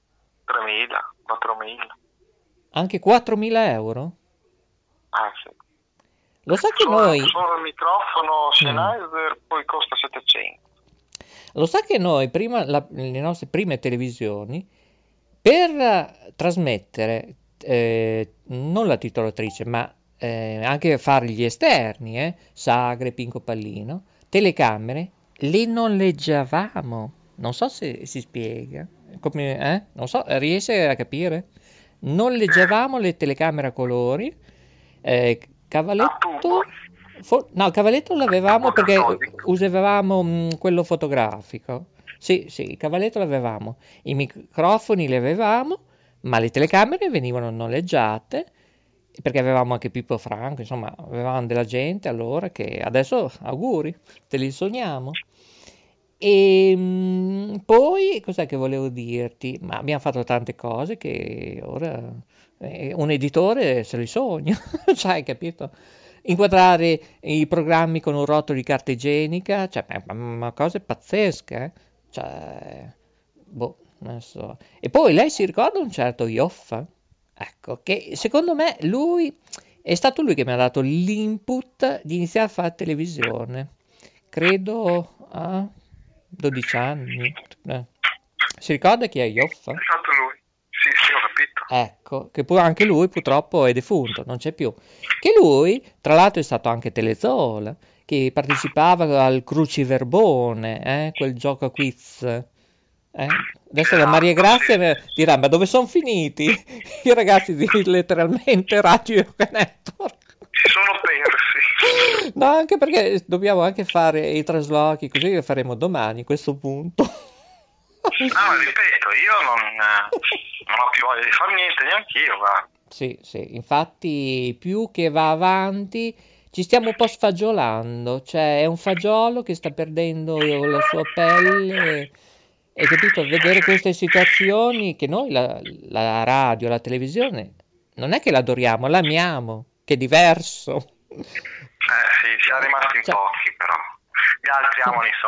4.000. Anche 4.000 euro? Sì. Lo sa che noi... Solo il microfono Sennheiser poi costa 700. Lo sa che noi, prima, le nostre prime televisioni, per trasmettere, non la titolatrice, ma anche fare gli esterni, sagre, pinco pallino, telecamere, le noleggiavamo. Non so se si spiega. Come, non so, riesce a capire? Noleggiavamo le telecamere a colori, cavalletto... No, il cavalletto l'avevamo perché usavamo quello fotografico. Sì, il cavalletto l'avevamo. I microfoni li avevamo, ma le telecamere venivano noleggiate, perché avevamo anche Pippo Franco, insomma, avevamo della gente allora che adesso, auguri, te li sogniamo. E poi, cos'è che volevo dirti? Ma abbiamo fatto tante cose che ora un editore se li sogna, cioè, hai capito? Inquadrare i programmi con un rotolo di carta igienica, cioè, ma cose pazzesche, cioè, non so. E poi lei si ricorda un certo Ioffa, ecco, che secondo me è stato lui che mi ha dato l'input di iniziare a fare televisione, credo a 12 anni. Si ricorda chi è Ioffa? È stato lui. Sì, ho capito. Ecco, che poi anche lui purtroppo è defunto, non c'è più. Che lui, tra l'altro, è stato anche Telezola, che partecipava al Cruciverbone, quel gioco a quiz. Adesso la Maria Grazia dirà, ma dove sono finiti i ragazzi di letteralmente Radio Yoga Network? Si sono persi. No, anche perché dobbiamo anche fare i traslochi, così che faremo domani a questo punto. No, ripeto, io non ho più voglia di fare niente, neanch'io, va. Sì, sì, infatti più che va avanti ci stiamo un po' sfagiolando, cioè è un fagiolo che sta perdendo la sua pelle, e capito? Vedere queste situazioni che noi, la radio, la televisione, non è che l'adoriamo, l'amiamo, che è diverso. Sì, siamo rimasti in Cioè, pochi però, gli altri amano i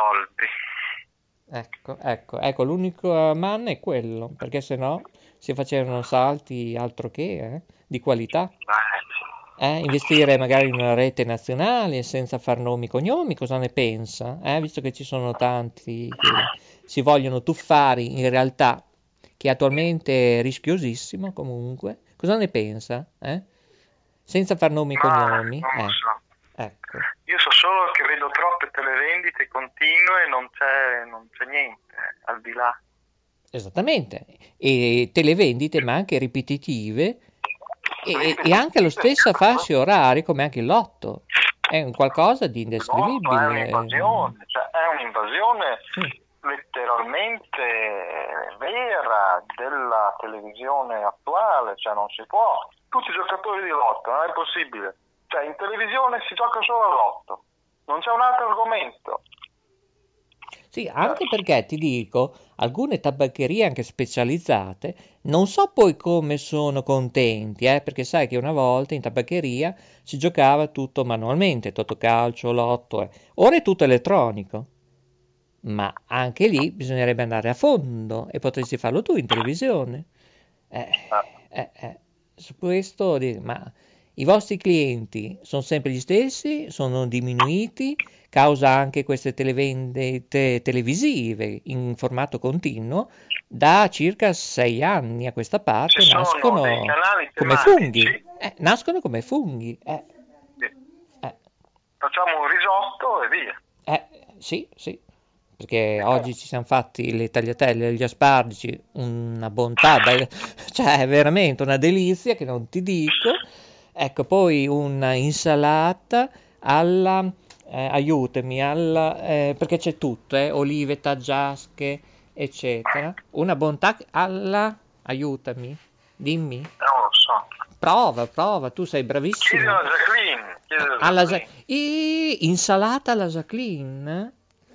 soldi. ecco, l'unico manna è quello, perché se no si facevano salti altro che, di qualità. Investire magari in una rete nazionale senza far nomi e cognomi, cosa ne pensa? Visto che ci sono tanti che si vogliono tuffare in realtà, che attualmente è rischiosissimo comunque, cosa ne pensa? Senza far nomi e cognomi? Non lo so. Ecco. Io so solo che vedo troppe televendite continue e non c'è niente al di là. Esattamente, e televendite ma anche ripetitive e anche allo stesso fasce orarie come anche il lotto. È un qualcosa di indescrivibile. È un'invasione letteralmente vera della televisione attuale, cioè non si può. Tutti i giocatori di lotto, non è possibile. Cioè in televisione si gioca solo all'otto, non c'è un altro argomento. Sì, anche perché ti dico, alcune tabaccherie anche specializzate, non so poi come sono contenti, perché sai che una volta in tabaccheria si giocava tutto manualmente, totocalcio, lotto, ora è tutto elettronico. Ma anche lì bisognerebbe andare a fondo e potresti farlo tu in televisione. Su questo, ma i vostri clienti sono sempre gli stessi, sono diminuiti, causa anche queste televendite televisive in formato continuo, da circa 6 anni a questa parte nascono come funghi. Nascono come funghi. Facciamo un risotto e via. Sì, perché oggi ci siamo fatti le tagliatelle, gli asparagi, una bontà, cioè è veramente una delizia che non ti dico. Ecco, poi una insalata alla, aiutami, perché c'è tutto, olive, taggiasche, eccetera. Una bontà alla, aiutami, dimmi. Non lo so. Prova, tu sei bravissimo. Chiedi alla Jacqueline. Insalata alla Jacqueline?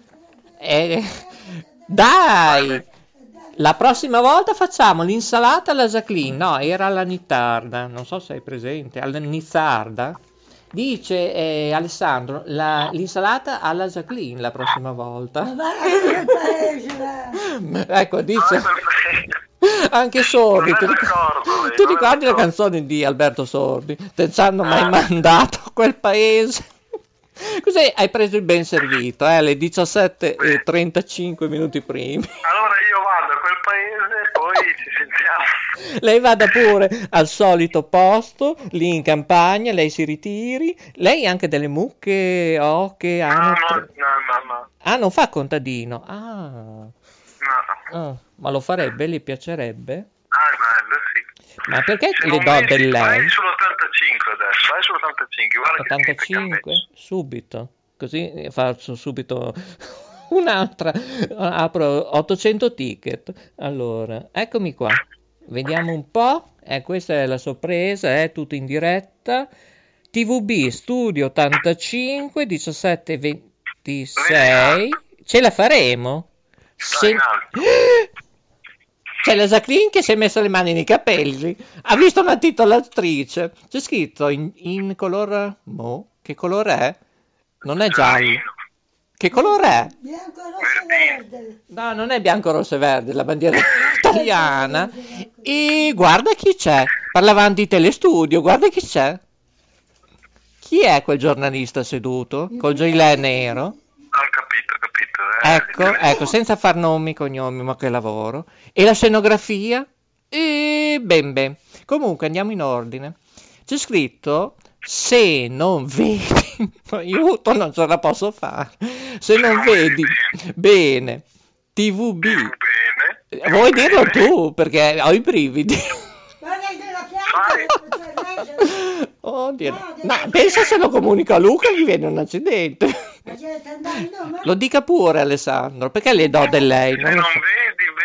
Dai! La prossima volta facciamo l'insalata alla Jacqueline. No, era alla Nizzarda. Non so se hai presente. Alla Nizzarda. Dice Alessandro, l'insalata alla Jacqueline la prossima volta. Ecco, dice... Anche Sordi. Tu ricordi la canzone di Alberto Sordi? Te ci hanno mai mandato a quel paese? Cos'è? Hai preso il ben servito, alle 17:35 minuti primi. Allora io vado a quel paese e poi ci sentiamo. Lei vada pure al solito posto, lì in campagna, lei si ritiri. Lei ha anche delle mucche, oche, anatre. No. Ah, non fa contadino. No. Ma lo farebbe? Le piacerebbe? Bello, sì. Ma perché Se le do del lei? Vai sull'85 adesso, vai sull'85, guarda 85? Subito. Così faccio subito un'altra. Apro 800 ticket. Allora, eccomi qua. Vediamo un po'. Questa è la sorpresa, è tutto in diretta. TVB Studio 85 17:26. Ce la faremo? C'è la Jacqueline che si è messa le mani nei capelli. Ha visto una titolatrice. C'è scritto in color... che colore è? Non è giallo. Che colore è? Bianco, rosso e verde. No, non è bianco, rosso e verde, la bandiera italiana. E guarda chi c'è. Parlavamo di Telestudio, guarda chi c'è. Chi è quel giornalista seduto? Col gilet nero? Ho capito. Ecco, senza far nomi, cognomi, ma che lavoro. E la scenografia? Ben. Comunque, andiamo in ordine. C'è scritto, se non vedi... Aiuto, non ce la posso fare. Se non vedi bene, TVB... Vuoi dirlo tu, perché ho i brividi. Oddio. No, pensa se lo comunica a Luca gli viene un accidente. Lo dica pure Alessandro, perché le do del lei? Se non vedi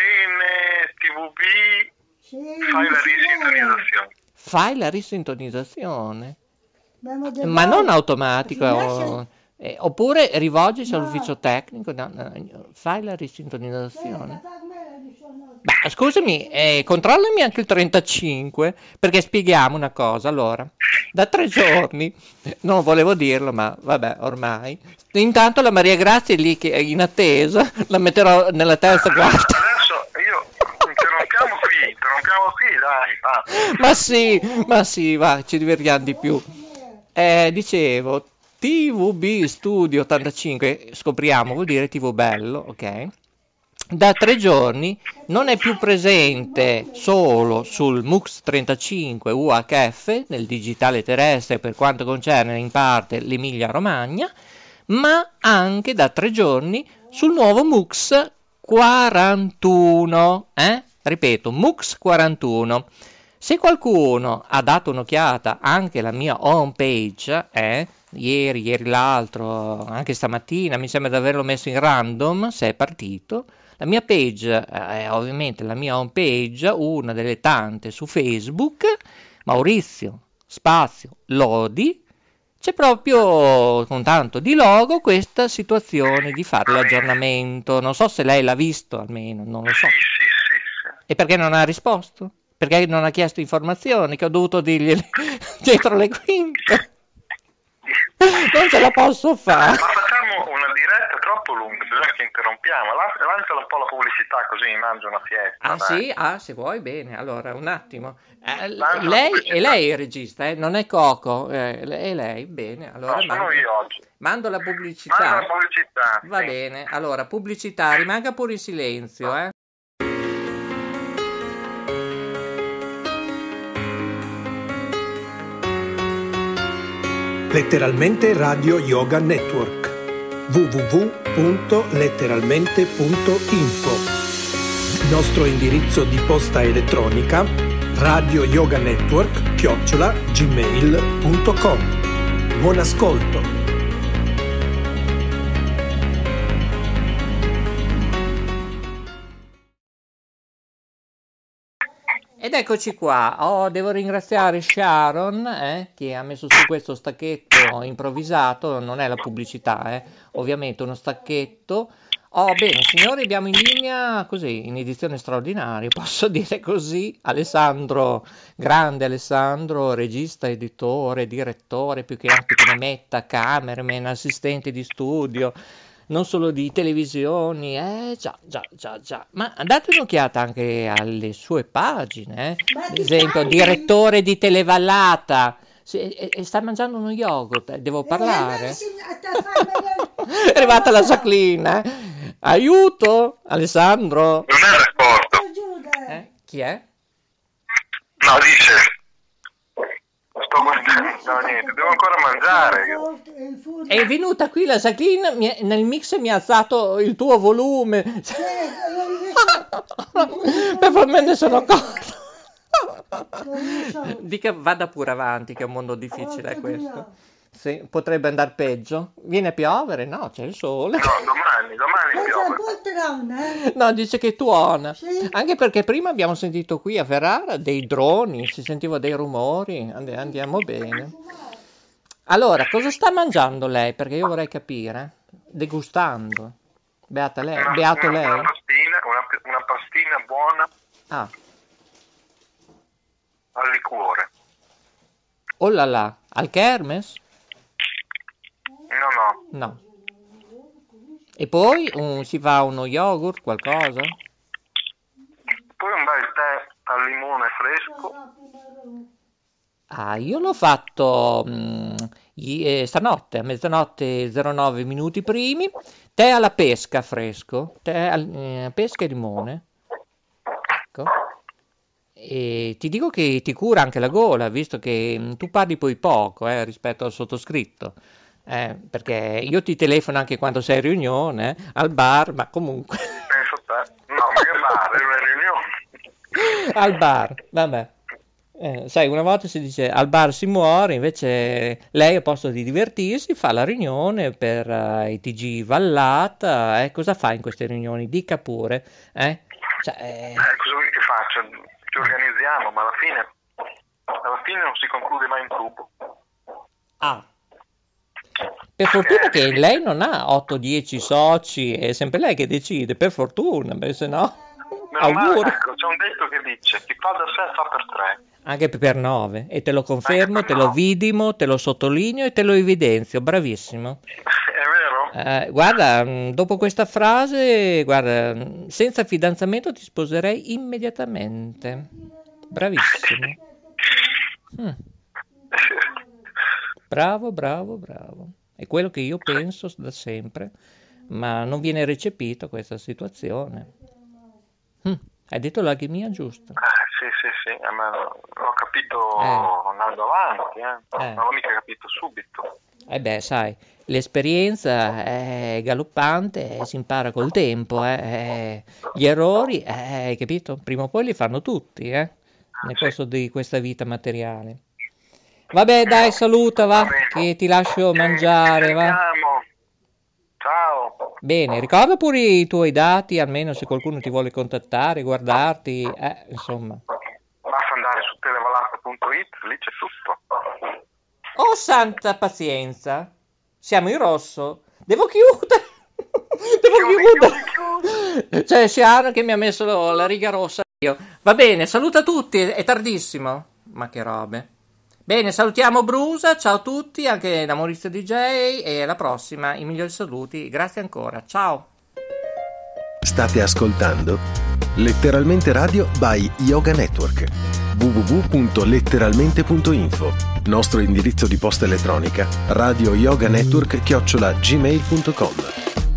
Sì, Fai la risintonizzazione. Fai la risintonizzazione. abbiamo detto- Ma non automatico, Lascia- oppure rivolgici No. all'ufficio tecnico, fai la risintonizzazione. Sì, Ma scusami, controllami anche il 35, perché spieghiamo una cosa. Allora, da 3 giorni, non volevo dirlo, ma vabbè, ormai. Intanto la Maria Grazia è lì che è in attesa, la metterò nella terza quarta. Adesso io interrompiamo qui, dai. Va. Ma sì, va, ci divertiamo di più. Dicevo, TVB Studio 85, scopriamo, vuol dire TV bello, ok? Da 3 giorni non è più presente solo sul MUX 35 UHF, nel digitale terrestre per quanto concerne in parte l'Emilia Romagna, ma anche da 3 giorni sul nuovo MUX 41, Ripeto, MUX 41. Se qualcuno ha dato un'occhiata anche alla mia home page, ieri l'altro, anche stamattina, mi sembra di averlo messo in random, se è partito, la mia page, ovviamente la mia home page, una delle tante su Facebook, Maurizio, spazio, Lodi, c'è proprio con tanto di logo questa situazione di fare l'aggiornamento. Non so se lei l'ha visto almeno, non lo so. Sì. E perché non ha risposto? Perché non ha chiesto informazioni che ho dovuto dirgli dietro le quinte? Non ce la posso fare. Ma facciamo una diretta troppo lunga, bisogna che interrompiamo. Lanciala un po' la pubblicità così mi mangio una fiesta. Ah dai. sì? Ah, se vuoi, bene. Allora, un attimo. Lancia la Lei pubblicità. è lei il regista, non è Coco. È lei, bene. Allora No, sono io oggi. mando la pubblicità. Manda la pubblicità. Va sì. bene. Allora, pubblicità, rimanga pure in silenzio, Letteralmente Radio Yoga Network. www.letteralmente.info. Nostro indirizzo di posta elettronica radioyoganetwork@gmail.com. Buon ascolto. Ed eccoci qua. Devo ringraziare Sharon, che ha messo su questo stacchetto improvvisato, non è la pubblicità, ovviamente uno stacchetto. Bene, signori, abbiamo in linea, così, in edizione straordinaria, posso dire così, Alessandro, grande Alessandro, regista, editore, direttore, più che altro che ne metta, cameraman, assistente di studio, non solo di televisioni, già. Ma date un'occhiata anche alle sue pagine, ad esempio, direttore di Televallata, e sta mangiando uno yogurt, devo parlare? È arrivata la Jacqueline, aiuto, Alessandro. Non è risposto. Chi è? No, dice. Sto guardando, no, niente, devo ancora mangiare. È venuta qui la Jacqueline, nel mix mi ha alzato il tuo volume. Per me ne sono accorto. Dica vada pure avanti, che è un mondo difficile questo. Sì, potrebbe andare peggio. Viene a piovere? No, c'è il sole. No, domani piove. No, dice che tuona. Sì. Anche perché prima abbiamo sentito qui a Ferrara dei droni, si sentiva dei rumori. Andiamo bene. Allora, cosa sta mangiando lei? Perché io vorrei capire. Degustando. Beata lei. Beato lei. Una pastina buona Ah, al liquore. oh là là. Al Kermes? No. No. E poi si fa uno yogurt, qualcosa? Poi un bel tè al limone fresco. Ah, io l'ho fatto stanotte, a mezzanotte 09 minuti primi, tè alla pesca fresco, pesca e limone. Ecco. E ti dico che ti cura anche la gola, visto che tu parli poi poco rispetto al sottoscritto. Perché io ti telefono anche quando sei in riunione, al bar, ma comunque... Penso te. No, ma che bar, è una riunione. Al bar, vabbè. Sai, una volta si dice al bar si muore, invece lei, a posto di divertirsi, fa la riunione per i TG Vallata. Cosa fa in queste riunioni? Dica pure. Cosa vuoi che faccia? ci organizziamo, ma alla fine non si conclude mai in tubo. Ah. Per fortuna che lei non ha 8-10 soci, è sempre lei che decide, per fortuna, perché se no... Meno male, Auguri. ecco, c'è un detto che dice chi fa da sé fa per tre. Anche per 9, e te lo confermo, Anche per te lo 9. vidimo, te lo sottolineo e te lo evidenzio, bravissimo. È vero? Guarda, dopo questa frase, guarda, senza fidanzamento ti sposerei immediatamente. Bravissimo. Bravo, bravo, bravo. È quello che io penso da sempre, ma non viene recepito questa situazione. Hai detto l'alchimia giusta. Sì, ma l'ho capito andando avanti, non l'ho mica capito subito. Beh, sai, l'esperienza è galoppante e si impara col tempo, Gli errori, hai capito? Prima o poi li fanno tutti, nel corso di questa vita materiale. Vabbè, dai, saluta, va, che ti lascio mangiare, va. Ciao. Bene, ricorda pure i tuoi dati, almeno se qualcuno ti vuole contattare, guardarti, insomma. Basta andare su televalata.it, lì c'è tutto. Oh, santa pazienza, siamo in rosso, devo chiudere. Chiudere. C'è Ciano che mi ha messo la riga rossa. Va bene, saluta tutti, è tardissimo. Ma che robe. Bene, salutiamo Brusa, ciao a tutti, anche da Maurizio DJ, e alla prossima, i migliori saluti, grazie ancora, ciao. State ascoltando Letteralmente Radio by Yoga Network. www.letteralmente.info. Nostro indirizzo di posta elettronica radioyoganetwork@gmail.com.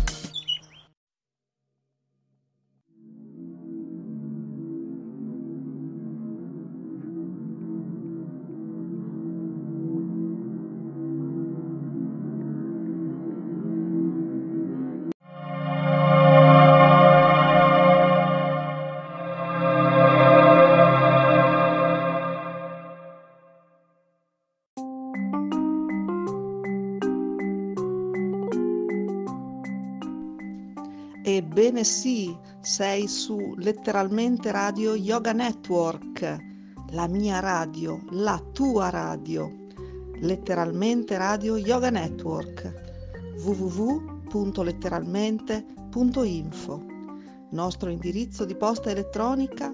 Ebbene sì, sei su Letteralmente Radio Yoga Network, la mia radio, la tua radio. Letteralmente Radio Yoga Network, www.letteralmente.info. Nostro indirizzo di posta elettronica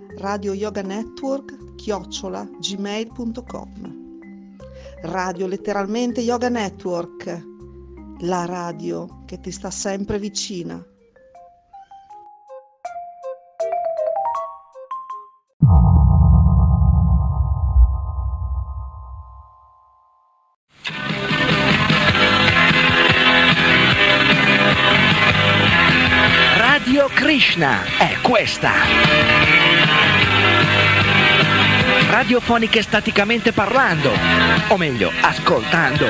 radioyoganetwork@gmail.com. Radio Letteralmente Yoga Network, la radio che ti sta sempre vicina. Radio Krishna è questa. Radiofoniche staticamente parlando, o meglio, ascoltando.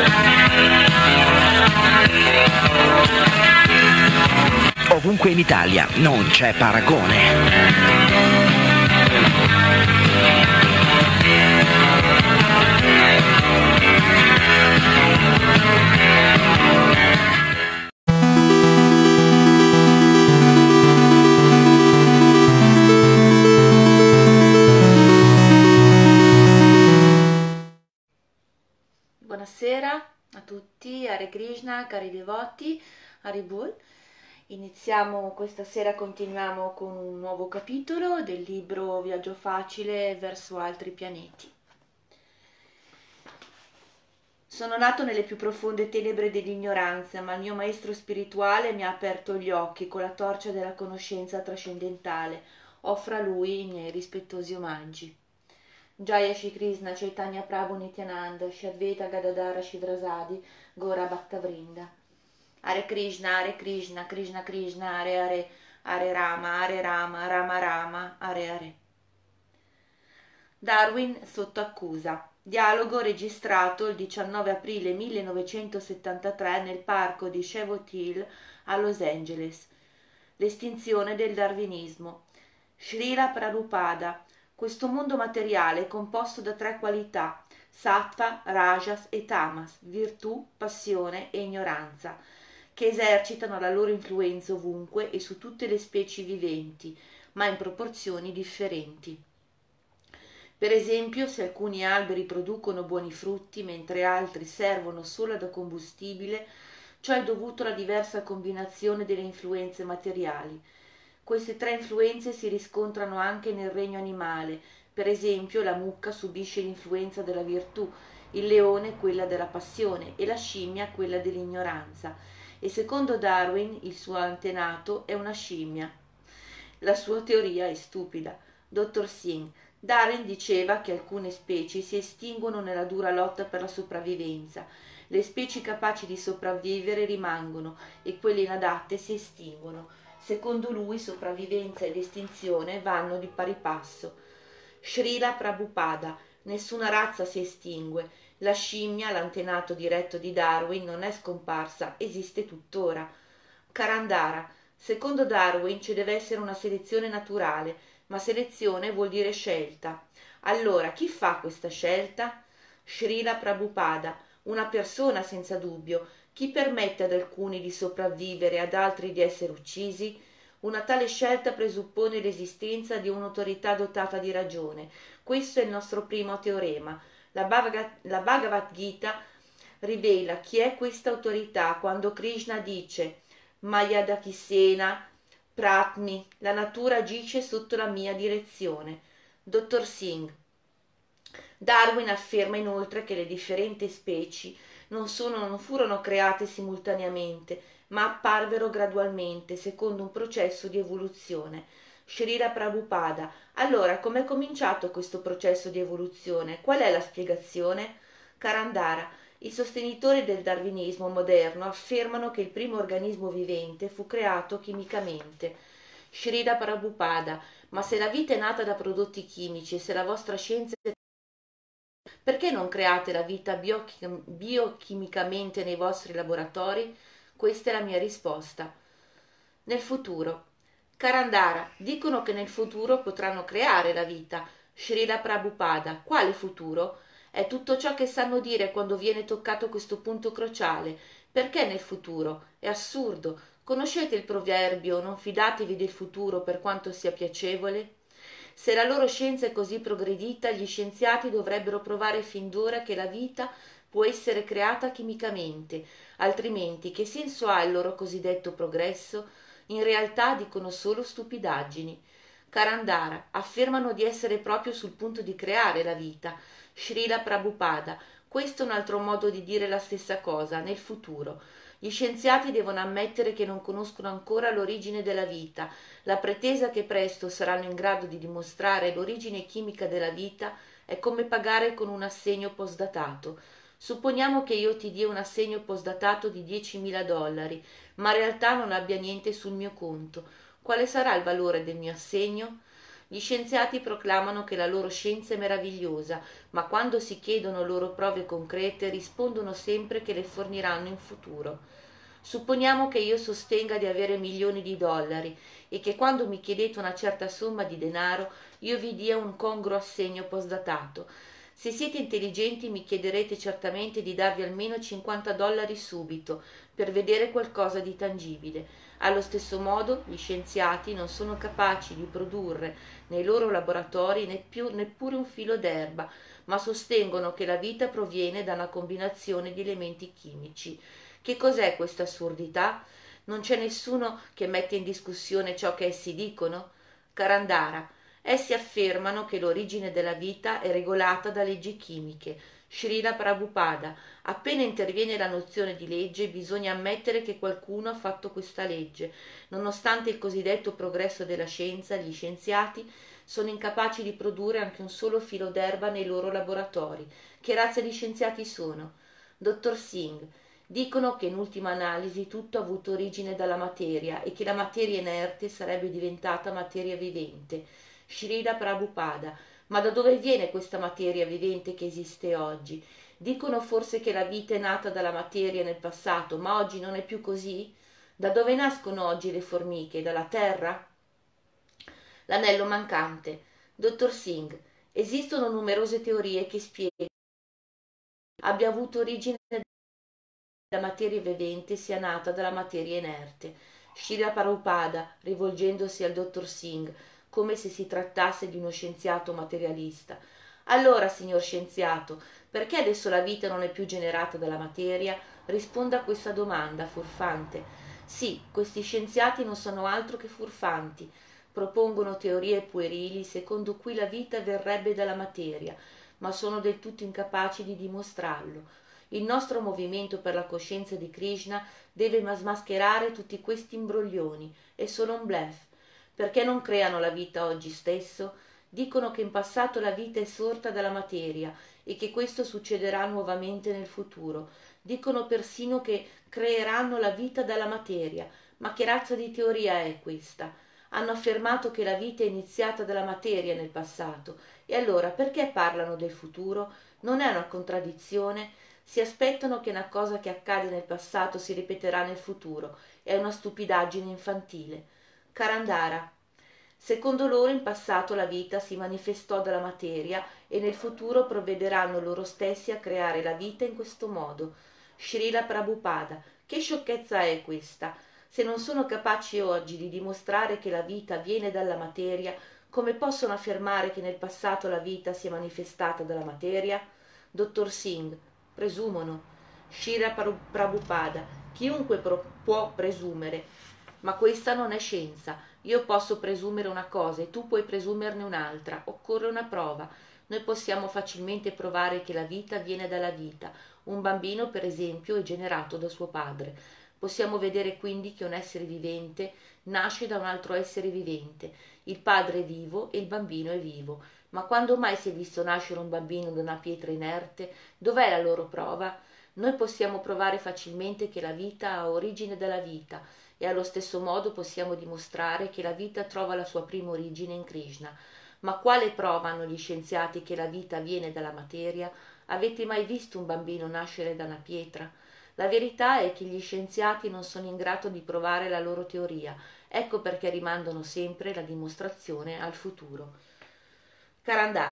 Ovunque in Italia non c'è paragone. Buonasera a tutti, Hare Krishna, cari devoti, Haribol. Iniziamo questa sera, continuiamo con un nuovo capitolo del libro Viaggio facile verso altri pianeti. Sono nato nelle più profonde tenebre dell'ignoranza, ma il mio maestro spirituale mi ha aperto gli occhi con la torcia della conoscenza trascendentale. Offro a lui i miei rispettosi omaggi. Jaya Shri Krishna, Chaitanya Prabhu Nityananda, Shri Advaita Gadadhara Shivrasadi, Gora Bhaktavrinda. Hare Krishna, Krishna Krishna, Hare Hare, Hare Rama, Rama Rama, Hare Hare. Darwin sotto accusa. Dialogo registrato il 19 aprile 1973 nel parco di Sherwood Hill a Los Angeles. L'estinzione del darwinismo. Srila Prabhupada. Questo mondo materiale è composto da 3 qualità, sattva, rajas e tamas, virtù, passione e ignoranza, che esercitano la loro influenza ovunque e su tutte le specie viventi, ma in proporzioni differenti. Per esempio, se alcuni alberi producono buoni frutti mentre altri servono solo da combustibile, ciò è dovuto alla diversa combinazione delle influenze materiali. Queste tre influenze si riscontrano anche nel regno animale. Per esempio, la mucca subisce l'influenza della virtù, il leone quella della passione e la scimmia quella dell'ignoranza. E secondo Darwin, il suo antenato è una scimmia. La sua teoria è stupida. Dottor Singh, Darwin diceva che alcune specie si estinguono nella dura lotta per la sopravvivenza. Le specie capaci di sopravvivere rimangono e quelle inadatte si estinguono. Secondo lui sopravvivenza ed estinzione vanno di pari passo. Srila Prabhupada, nessuna razza si estingue. La scimmia, l'antenato diretto di Darwin, non è scomparsa, esiste tuttora. Karandara, secondo Darwin ci deve essere una selezione naturale, ma selezione vuol dire scelta. Allora, chi fa questa scelta? Srila Prabhupada, una persona senza dubbio. Chi permette ad alcuni di sopravvivere e ad altri di essere uccisi? Una tale scelta presuppone l'esistenza di un'autorità dotata di ragione. Questo è il nostro primo teorema. La Bhagavad Gita rivela chi è questa autorità quando Krishna dice Mayadakisena Pratmi, la natura agisce sotto la mia direzione. Dottor Singh, Darwin afferma inoltre che le differenti specie non furono create simultaneamente, ma apparvero gradualmente, secondo un processo di evoluzione. Srila Prabhupada, allora com'è cominciato questo processo di evoluzione? Qual è la spiegazione? Karandara, i sostenitori del darwinismo moderno affermano che il primo organismo vivente fu creato chimicamente. Srila Prabhupada, ma se la vita è nata da prodotti chimici e se la vostra scienza è... perché non create la vita biochimicamente nei vostri laboratori? Questa è la mia risposta. Nel futuro. Karandara, dicono che nel futuro potranno creare la vita. Srila Prabhupada, quale futuro? È tutto ciò che sanno dire quando viene toccato questo punto cruciale. Perché nel futuro? È assurdo. Conoscete il proverbio non fidatevi del futuro per quanto sia piacevole? Se la loro scienza è così progredita, gli scienziati dovrebbero provare fin d'ora che la vita può essere creata chimicamente, altrimenti che senso ha il loro cosiddetto progresso? In realtà dicono solo stupidaggini. Karandara affermano di essere proprio sul punto di creare la vita. Srila Prabhupada, questo è un altro modo di dire la stessa cosa, nel futuro. Gli scienziati devono ammettere che non conoscono ancora l'origine della vita. La pretesa che presto saranno in grado di dimostrare l'origine chimica della vita è come pagare con un assegno postdatato. Supponiamo che io ti dia un assegno postdatato di $10.000, ma in realtà non abbia niente sul mio conto. Quale sarà il valore del mio assegno? Gli scienziati proclamano che la loro scienza è meravigliosa, ma quando si chiedono loro prove concrete rispondono sempre che le forniranno in futuro. Supponiamo che io sostenga di avere milioni di dollari e che quando mi chiedete una certa somma di denaro io vi dia un congruo assegno postdatato. Se siete intelligenti mi chiederete certamente di darvi almeno $50 subito per vedere qualcosa di tangibile. Allo stesso modo gli scienziati non sono capaci di produrre nei loro laboratori neppure un filo d'erba, ma sostengono che la vita proviene da una combinazione di elementi chimici. Che cos'è questa assurdità? Non c'è nessuno che mette in discussione ciò che essi dicono? Karandara, essi affermano che l'origine della vita è regolata da leggi chimiche. Srila Prabhupada, appena interviene la nozione di legge bisogna ammettere che qualcuno ha fatto questa legge. Nonostante il cosiddetto progresso della scienza, gli scienziati sono incapaci di produrre anche un solo filo d'erba nei loro laboratori. Che razza di scienziati sono? Dottor Singh, dicono che in ultima analisi tutto ha avuto origine dalla materia e che la materia inerte sarebbe diventata materia vivente. Srila Prabhupada, ma da dove viene questa materia vivente che esiste oggi? Dicono forse che la vita è nata dalla materia nel passato, ma oggi non è più così? Da dove nascono oggi le formiche? Dalla terra? L'anello mancante. Dottor Singh, esistono numerose teorie che spiegano che abbia avuto origine la materia vivente sia nata dalla materia inerte. Srila Prabhupada, rivolgendosi al dottor Singh, come se si trattasse di uno scienziato materialista. Allora, signor scienziato, perché adesso la vita non è più generata dalla materia? Risponda a questa domanda, furfante. Sì, questi scienziati non sono altro che furfanti. Propongono teorie puerili secondo cui la vita verrebbe dalla materia, ma sono del tutto incapaci di dimostrarlo. Il nostro movimento per la coscienza di Krishna deve smascherare tutti questi imbroglioni. È solo un bluff. Perché non creano la vita oggi stesso? Dicono che in passato la vita è sorta dalla materia e che questo succederà nuovamente nel futuro. Dicono persino che creeranno la vita dalla materia. Ma che razza di teoria è questa? Hanno affermato che la vita è iniziata dalla materia nel passato. E allora perché parlano del futuro? Non è una contraddizione? Si aspettano che una cosa che accade nel passato si ripeterà nel futuro. È una stupidaggine infantile. Karandara. Secondo loro in passato la vita si manifestò dalla materia e nel futuro provvederanno loro stessi a creare la vita in questo modo. Srila Prabhupada. Che sciocchezza è questa? Se non sono capaci oggi di dimostrare che la vita viene dalla materia, come possono affermare che nel passato la vita si è manifestata dalla materia? Dottor Singh. Presumono. Srila Prabhupada. Chiunque può presumere, ma questa non è scienza. Io posso presumere una cosa e tu puoi presumerne un'altra. Occorre una prova. Noi possiamo facilmente provare che la vita viene dalla vita. Un bambino, per esempio, è generato da suo padre. Possiamo vedere quindi che un essere vivente nasce da un altro essere vivente. Il padre è vivo e il bambino è vivo. Ma quando mai si è visto nascere un bambino da una pietra inerte? Dov'è la loro prova? Noi possiamo provare facilmente che la vita ha origine dalla vita e allo stesso modo possiamo dimostrare che la vita trova la sua prima origine in Krishna. Ma quale prova hanno gli scienziati che la vita viene dalla materia? Avete mai visto un bambino nascere da una pietra? La verità è che gli scienziati non sono in grado di provare la loro teoria. Ecco perché rimandano sempre la dimostrazione al futuro. Karandara.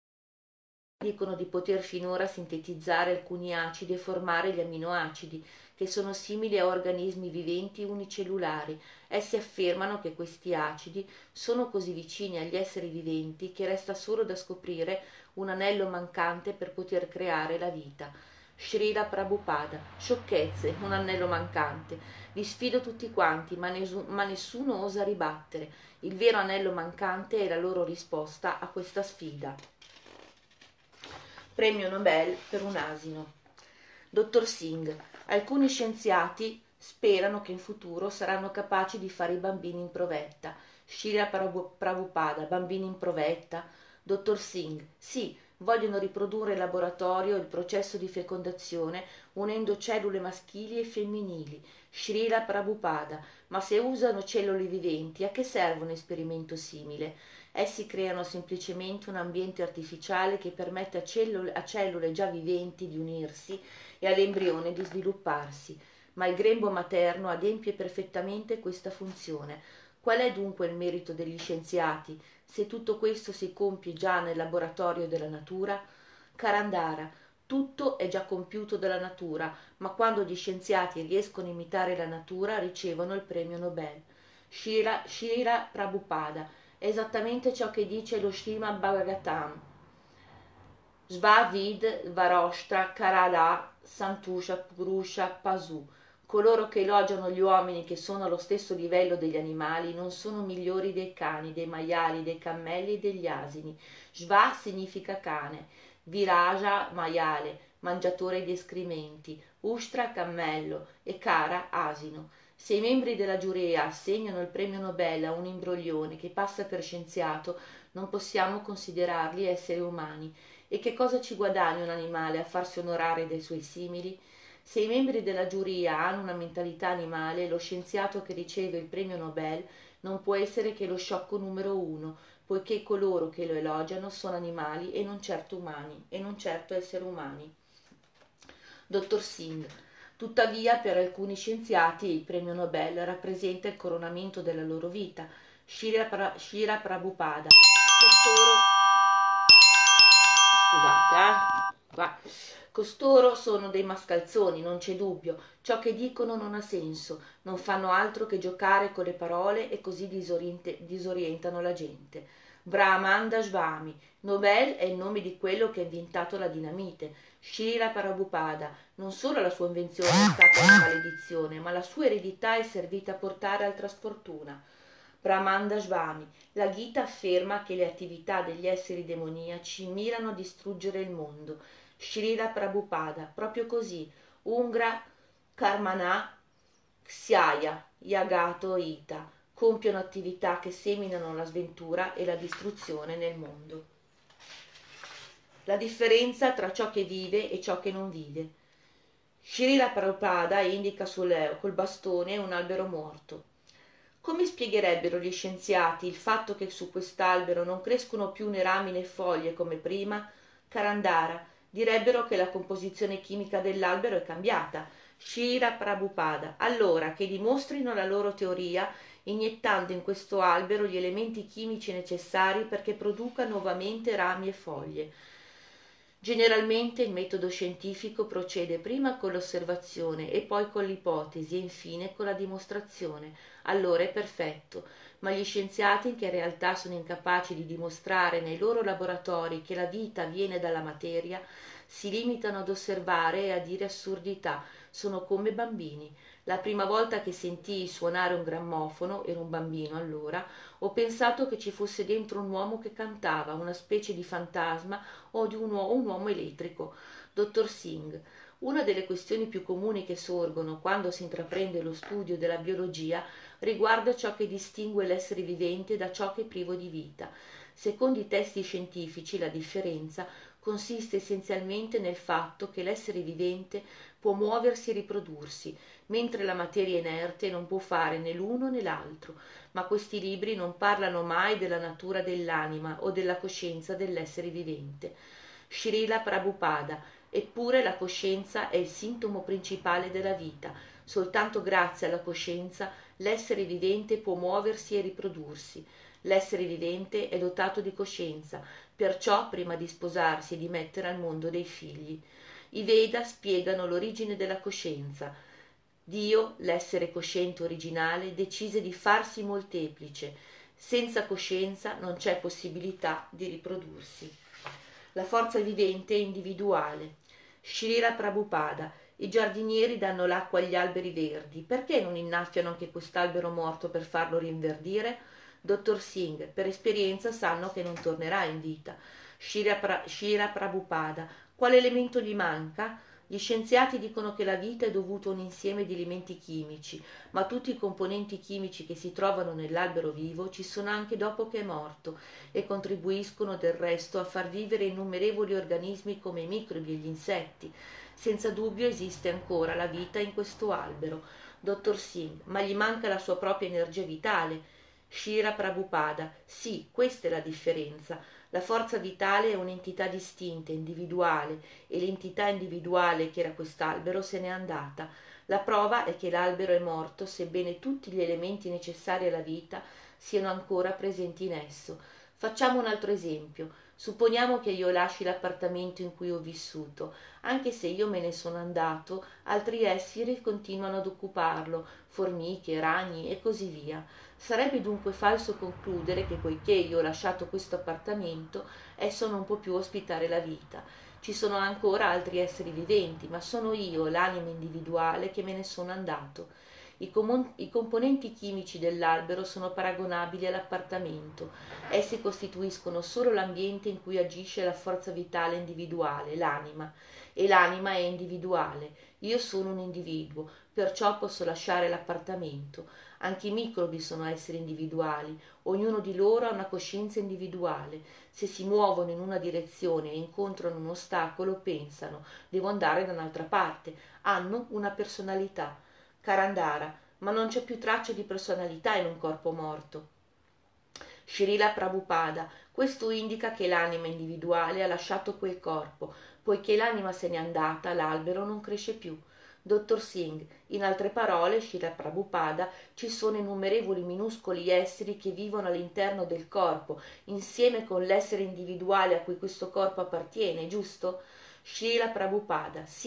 Dicono di poter finora sintetizzare alcuni acidi e formare gli aminoacidi, che sono simili a organismi viventi unicellulari. Essi affermano che questi acidi sono così vicini agli esseri viventi che resta solo da scoprire un anello mancante per poter creare la vita. Srila Prabhupada. Sciocchezze, un anello mancante. Li sfido tutti quanti, ma nessuno osa ribattere. Il vero anello mancante è la loro risposta a questa sfida. Premio Nobel per un asino. Dottor Singh. Alcuni scienziati sperano che in futuro saranno capaci di fare i bambini in provetta. Srila Prabhupada. Bambini in provetta? Dottor Singh. Sì, vogliono riprodurre in laboratorio il processo di fecondazione unendo cellule maschili e femminili. Srila Prabhupada. Ma se usano cellule viventi, a che serve un esperimento simile? Essi creano semplicemente un ambiente artificiale che permette a cellule già viventi di unirsi e all'embrione di svilupparsi. Ma il grembo materno adempie perfettamente questa funzione. Qual è dunque il merito degli scienziati, se tutto questo si compie già nel laboratorio della natura? Karandara. Tutto è già compiuto dalla natura, ma quando gli scienziati riescono a imitare la natura ricevono il premio Nobel. Srila Prabhupada. È esattamente ciò che dice lo Srimad Bhagavatam. Svavid Varoshtra Karada Santusha Purusha Pasu. Coloro che elogiano gli uomini che sono allo stesso livello degli animali non sono migliori dei cani, dei maiali, dei cammelli e degli asini. Sva significa cane, Viraja maiale, mangiatore di escrementi, Ushtra cammello e Kara asino. Se i membri della giuria assegnano il premio Nobel a un imbroglione che passa per scienziato, non possiamo considerarli esseri umani. E che cosa ci guadagna un animale a farsi onorare dai suoi simili? Se i membri della giuria hanno una mentalità animale, lo scienziato che riceve il premio Nobel non può essere che lo sciocco numero uno, poiché coloro che lo elogiano sono animali e non certo umani, e non certo esseri umani. Dottor Singh. Tuttavia, per alcuni scienziati il premio Nobel rappresenta il coronamento della loro vita. Srila Prabhupada. Costoro sono dei mascalzoni, non c'è dubbio. Ciò che dicono non ha senso. Non fanno altro che giocare con le parole e così disorientano la gente. Brahmanda Swami. Nobel è il nome di quello che ha inventato la dinamite. Srila Prabhupada. Non solo la sua invenzione è stata una maledizione, ma la sua eredità è servita a portare altra sfortuna. Brahmanda Swami. La Gita afferma che le attività degli esseri demoniaci mirano a distruggere il mondo. Srila Prabhupada. Proprio così. Ungra Karmana Ksyaya Yagato Ita. Compiono attività che seminano la sventura e la distruzione nel mondo. La differenza tra ciò che vive e ciò che non vive. Srila Prabhupada indica col bastone un albero morto. Come spiegherebbero gli scienziati il fatto che su quest'albero non crescono più né rami né foglie come prima? Karandara, direbbero che la composizione chimica dell'albero è cambiata. Srila Prabhupada, allora che dimostrino la loro teoria iniettando in questo albero gli elementi chimici necessari perché produca nuovamente rami e foglie. Generalmente il metodo scientifico procede prima con l'osservazione e poi con l'ipotesi e infine con la dimostrazione. Allora è perfetto, ma gli scienziati che in realtà sono incapaci di dimostrare nei loro laboratori che la vita viene dalla materia, si limitano ad osservare e a dire assurdità, sono come bambini. La prima volta che sentii suonare un grammofono, ero un bambino allora, ho pensato che ci fosse dentro un uomo che cantava, una specie di fantasma o di un uomo elettrico. Dottor Singh, una delle questioni più comuni che sorgono quando si intraprende lo studio della biologia riguarda ciò che distingue l'essere vivente da ciò che è privo di vita. Secondo i testi scientifici la differenza consiste essenzialmente nel fatto che l'essere vivente può muoversi e riprodursi, mentre la materia inerte non può fare né l'uno né l'altro, ma questi libri non parlano mai della natura dell'anima o della coscienza dell'essere vivente. Srila Prabhupada, eppure la coscienza è il sintomo principale della vita, soltanto grazie alla coscienza l'essere vivente può muoversi e riprodursi. L'essere vivente è dotato di coscienza, perciò prima di sposarsi e di mettere al mondo dei figli. I Veda spiegano l'origine della coscienza. Dio, l'essere cosciente originale, decise di farsi molteplice. Senza coscienza non c'è possibilità di riprodursi. La forza vivente è individuale. Srila Prabhupada. I giardinieri danno l'acqua agli alberi verdi. Perché non innaffiano anche quest'albero morto per farlo rinverdire? Dottor Singh, per esperienza sanno che non tornerà in vita. Srila Prabhupada. Quale elemento gli manca? Gli scienziati dicono che la vita è dovuta a un insieme di elementi chimici, ma tutti i componenti chimici che si trovano nell'albero vivo ci sono anche dopo che è morto e contribuiscono del resto a far vivere innumerevoli organismi come i microbi e gli insetti. Senza dubbio esiste ancora la vita in questo albero. Dottor Singh, ma gli manca la sua propria energia vitale. Srila Prabhupada. Sì, questa è la differenza. La forza vitale è un'entità distinta, individuale, e l'entità individuale che era quest'albero se n'è andata. La prova è che l'albero è morto, sebbene tutti gli elementi necessari alla vita siano ancora presenti in esso. Facciamo un altro esempio. Supponiamo che io lasci l'appartamento in cui ho vissuto. Anche se io me ne sono andato, altri esseri continuano ad occuparlo, formiche, ragni e così via. Sarebbe dunque falso concludere che poiché io ho lasciato questo appartamento, esso non può più ospitare la vita. Ci sono ancora altri esseri viventi, ma sono io, l'anima individuale, che me ne sono andato. I componenti chimici dell'albero sono paragonabili all'appartamento. Essi costituiscono solo l'ambiente in cui agisce la forza vitale individuale, l'anima, e l'anima è individuale. Io sono un individuo, perciò posso lasciare l'appartamento. Anche i microbi sono esseri individuali, ognuno di loro ha una coscienza individuale. Se si muovono in una direzione e incontrano un ostacolo, pensano, devo andare da un'altra parte, hanno una personalità. Karandara, ma non c'è più traccia di personalità in un corpo morto. Srila Prabhupada, questo indica che l'anima individuale ha lasciato quel corpo, poiché l'anima se n'è andata, l'albero non cresce più. Dottor Singh, in altre parole, Srila Prabhupada, ci sono innumerevoli minuscoli esseri che vivono all'interno del corpo, insieme con l'essere individuale a cui questo corpo appartiene, giusto? Srila Prabhupada, sì.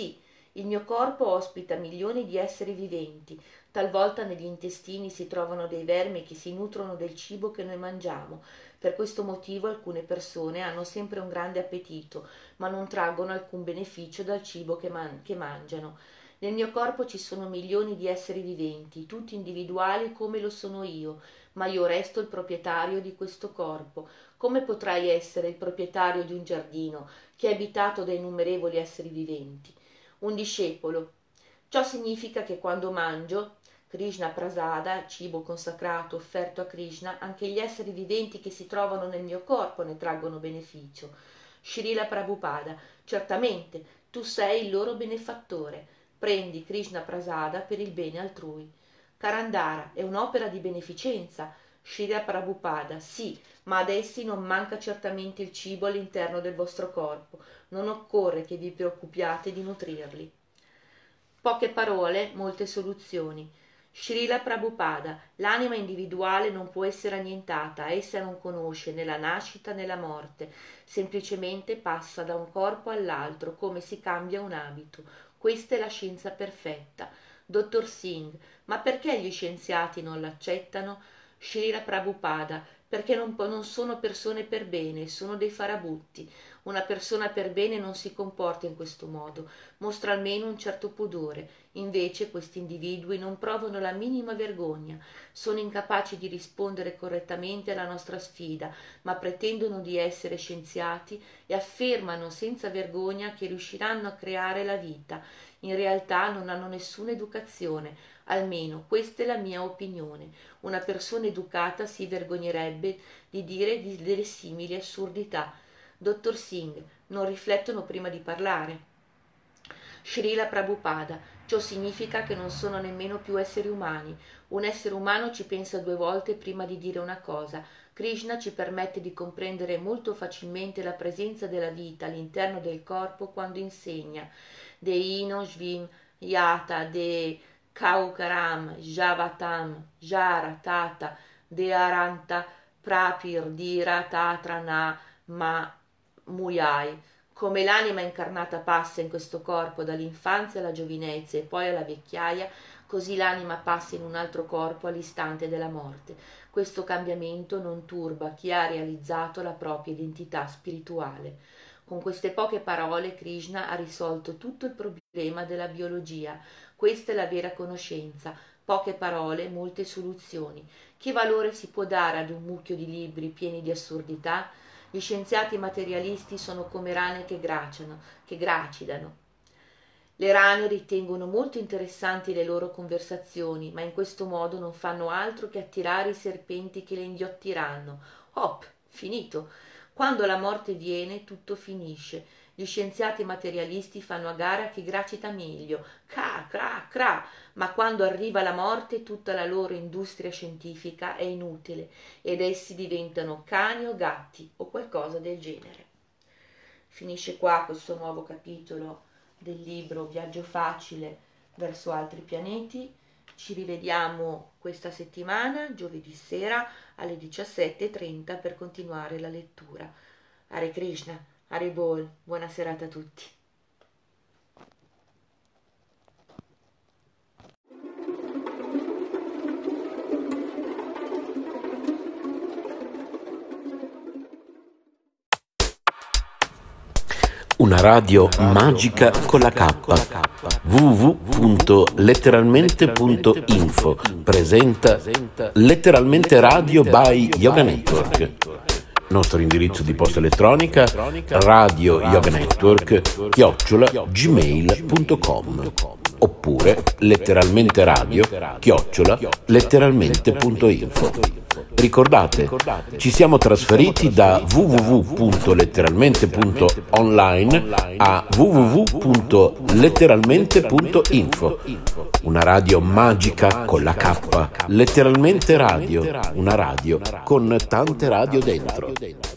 Il mio corpo ospita milioni di esseri viventi. Talvolta negli intestini si trovano dei vermi che si nutrono del cibo che noi mangiamo. Per questo motivo alcune persone hanno sempre un grande appetito, ma non traggono alcun beneficio dal cibo che mangiano. Nel mio corpo ci sono milioni di esseri viventi, tutti individuali come lo sono io, ma io resto il proprietario di questo corpo. Come potrai essere il proprietario di un giardino che è abitato da innumerevoli esseri viventi? Un discepolo. Ciò significa che quando mangio Krishna Prasada, cibo consacrato offerto a Krishna, anche gli esseri viventi che si trovano nel mio corpo ne traggono beneficio. Srila Prabhupada, certamente, tu sei il loro benefattore. Prendi Krishna Prasada per il bene altrui. Karandara, è un'opera di beneficenza. Srila Prabhupada, sì, ma ad essi non manca certamente il cibo all'interno del vostro corpo. Non occorre che vi preoccupiate di nutrirli. Poche parole, molte soluzioni. Srila Prabhupada, l'anima individuale non può essere annientata, essa non conosce né la nascita né la morte, semplicemente passa da un corpo all'altro come si cambia un abito. Questa è la scienza perfetta. Dottor Singh, ma perché gli scienziati non l'accettano? Srila Prabhupada, perché non sono persone per bene, sono dei farabutti. Una persona per bene non si comporta in questo modo, mostra almeno un certo pudore. Invece questi individui non provano la minima vergogna, sono incapaci di rispondere correttamente alla nostra sfida, ma pretendono di essere scienziati e affermano senza vergogna che riusciranno a creare la vita. In realtà non hanno nessuna educazione, almeno questa è la mia opinione. Una persona educata si vergognerebbe di dire delle simili assurdità. Dottor Singh, non riflettono prima di parlare. Srila Prabhupada, ciò significa che non sono nemmeno più esseri umani. Un essere umano ci pensa 2 volte prima di dire una cosa. Krishna ci permette di comprendere molto facilmente la presenza della vita all'interno del corpo quando insegna De Ino Shvim Yata De Kaukaram Javatam Jara Tata De Aranta Prapir Dira Tatrana Ma Muyai. Come l'anima incarnata passa in questo corpo dall'infanzia alla giovinezza e poi alla vecchiaia, così l'anima passa in un altro corpo all'istante della morte. Questo cambiamento non turba chi ha realizzato la propria identità spirituale. Con queste poche parole Krishna ha risolto tutto il problema della biologia. Questa è la vera conoscenza. Poche parole, molte soluzioni. Che valore si può dare ad un mucchio di libri pieni di assurdità? Gli scienziati materialisti sono come rane che gracidano. Le rane ritengono molto interessanti le loro conversazioni, ma in questo modo non fanno altro che attirare i serpenti che le inghiottiranno. Hop, finito. Quando la morte viene, tutto finisce. Gli scienziati materialisti fanno a gara chi gracita meglio, cra, cra, cra, ma quando arriva la morte tutta la loro industria scientifica è inutile ed essi diventano cani o gatti o qualcosa del genere. Finisce qua questo nuovo capitolo del libro Viaggio facile verso altri pianeti. Ci rivediamo questa settimana, giovedì sera alle 17:30 per continuare la lettura. Hare Krishna, Hare Bol, buona serata a tutti. Una radio magica con la K. www.letteralmente.info presenta Letteralmente Radio by Yoga Network. Nostro indirizzo di posta elettronica radioyoganetwork@gmail.com oppure letteralmente_letteralmente.info. Ricordate, ci siamo trasferiti da www.letteralmente.online a www.letteralmente.info. Una radio magica con la K. Letteralmente Radio, una radio con tante radio dentro.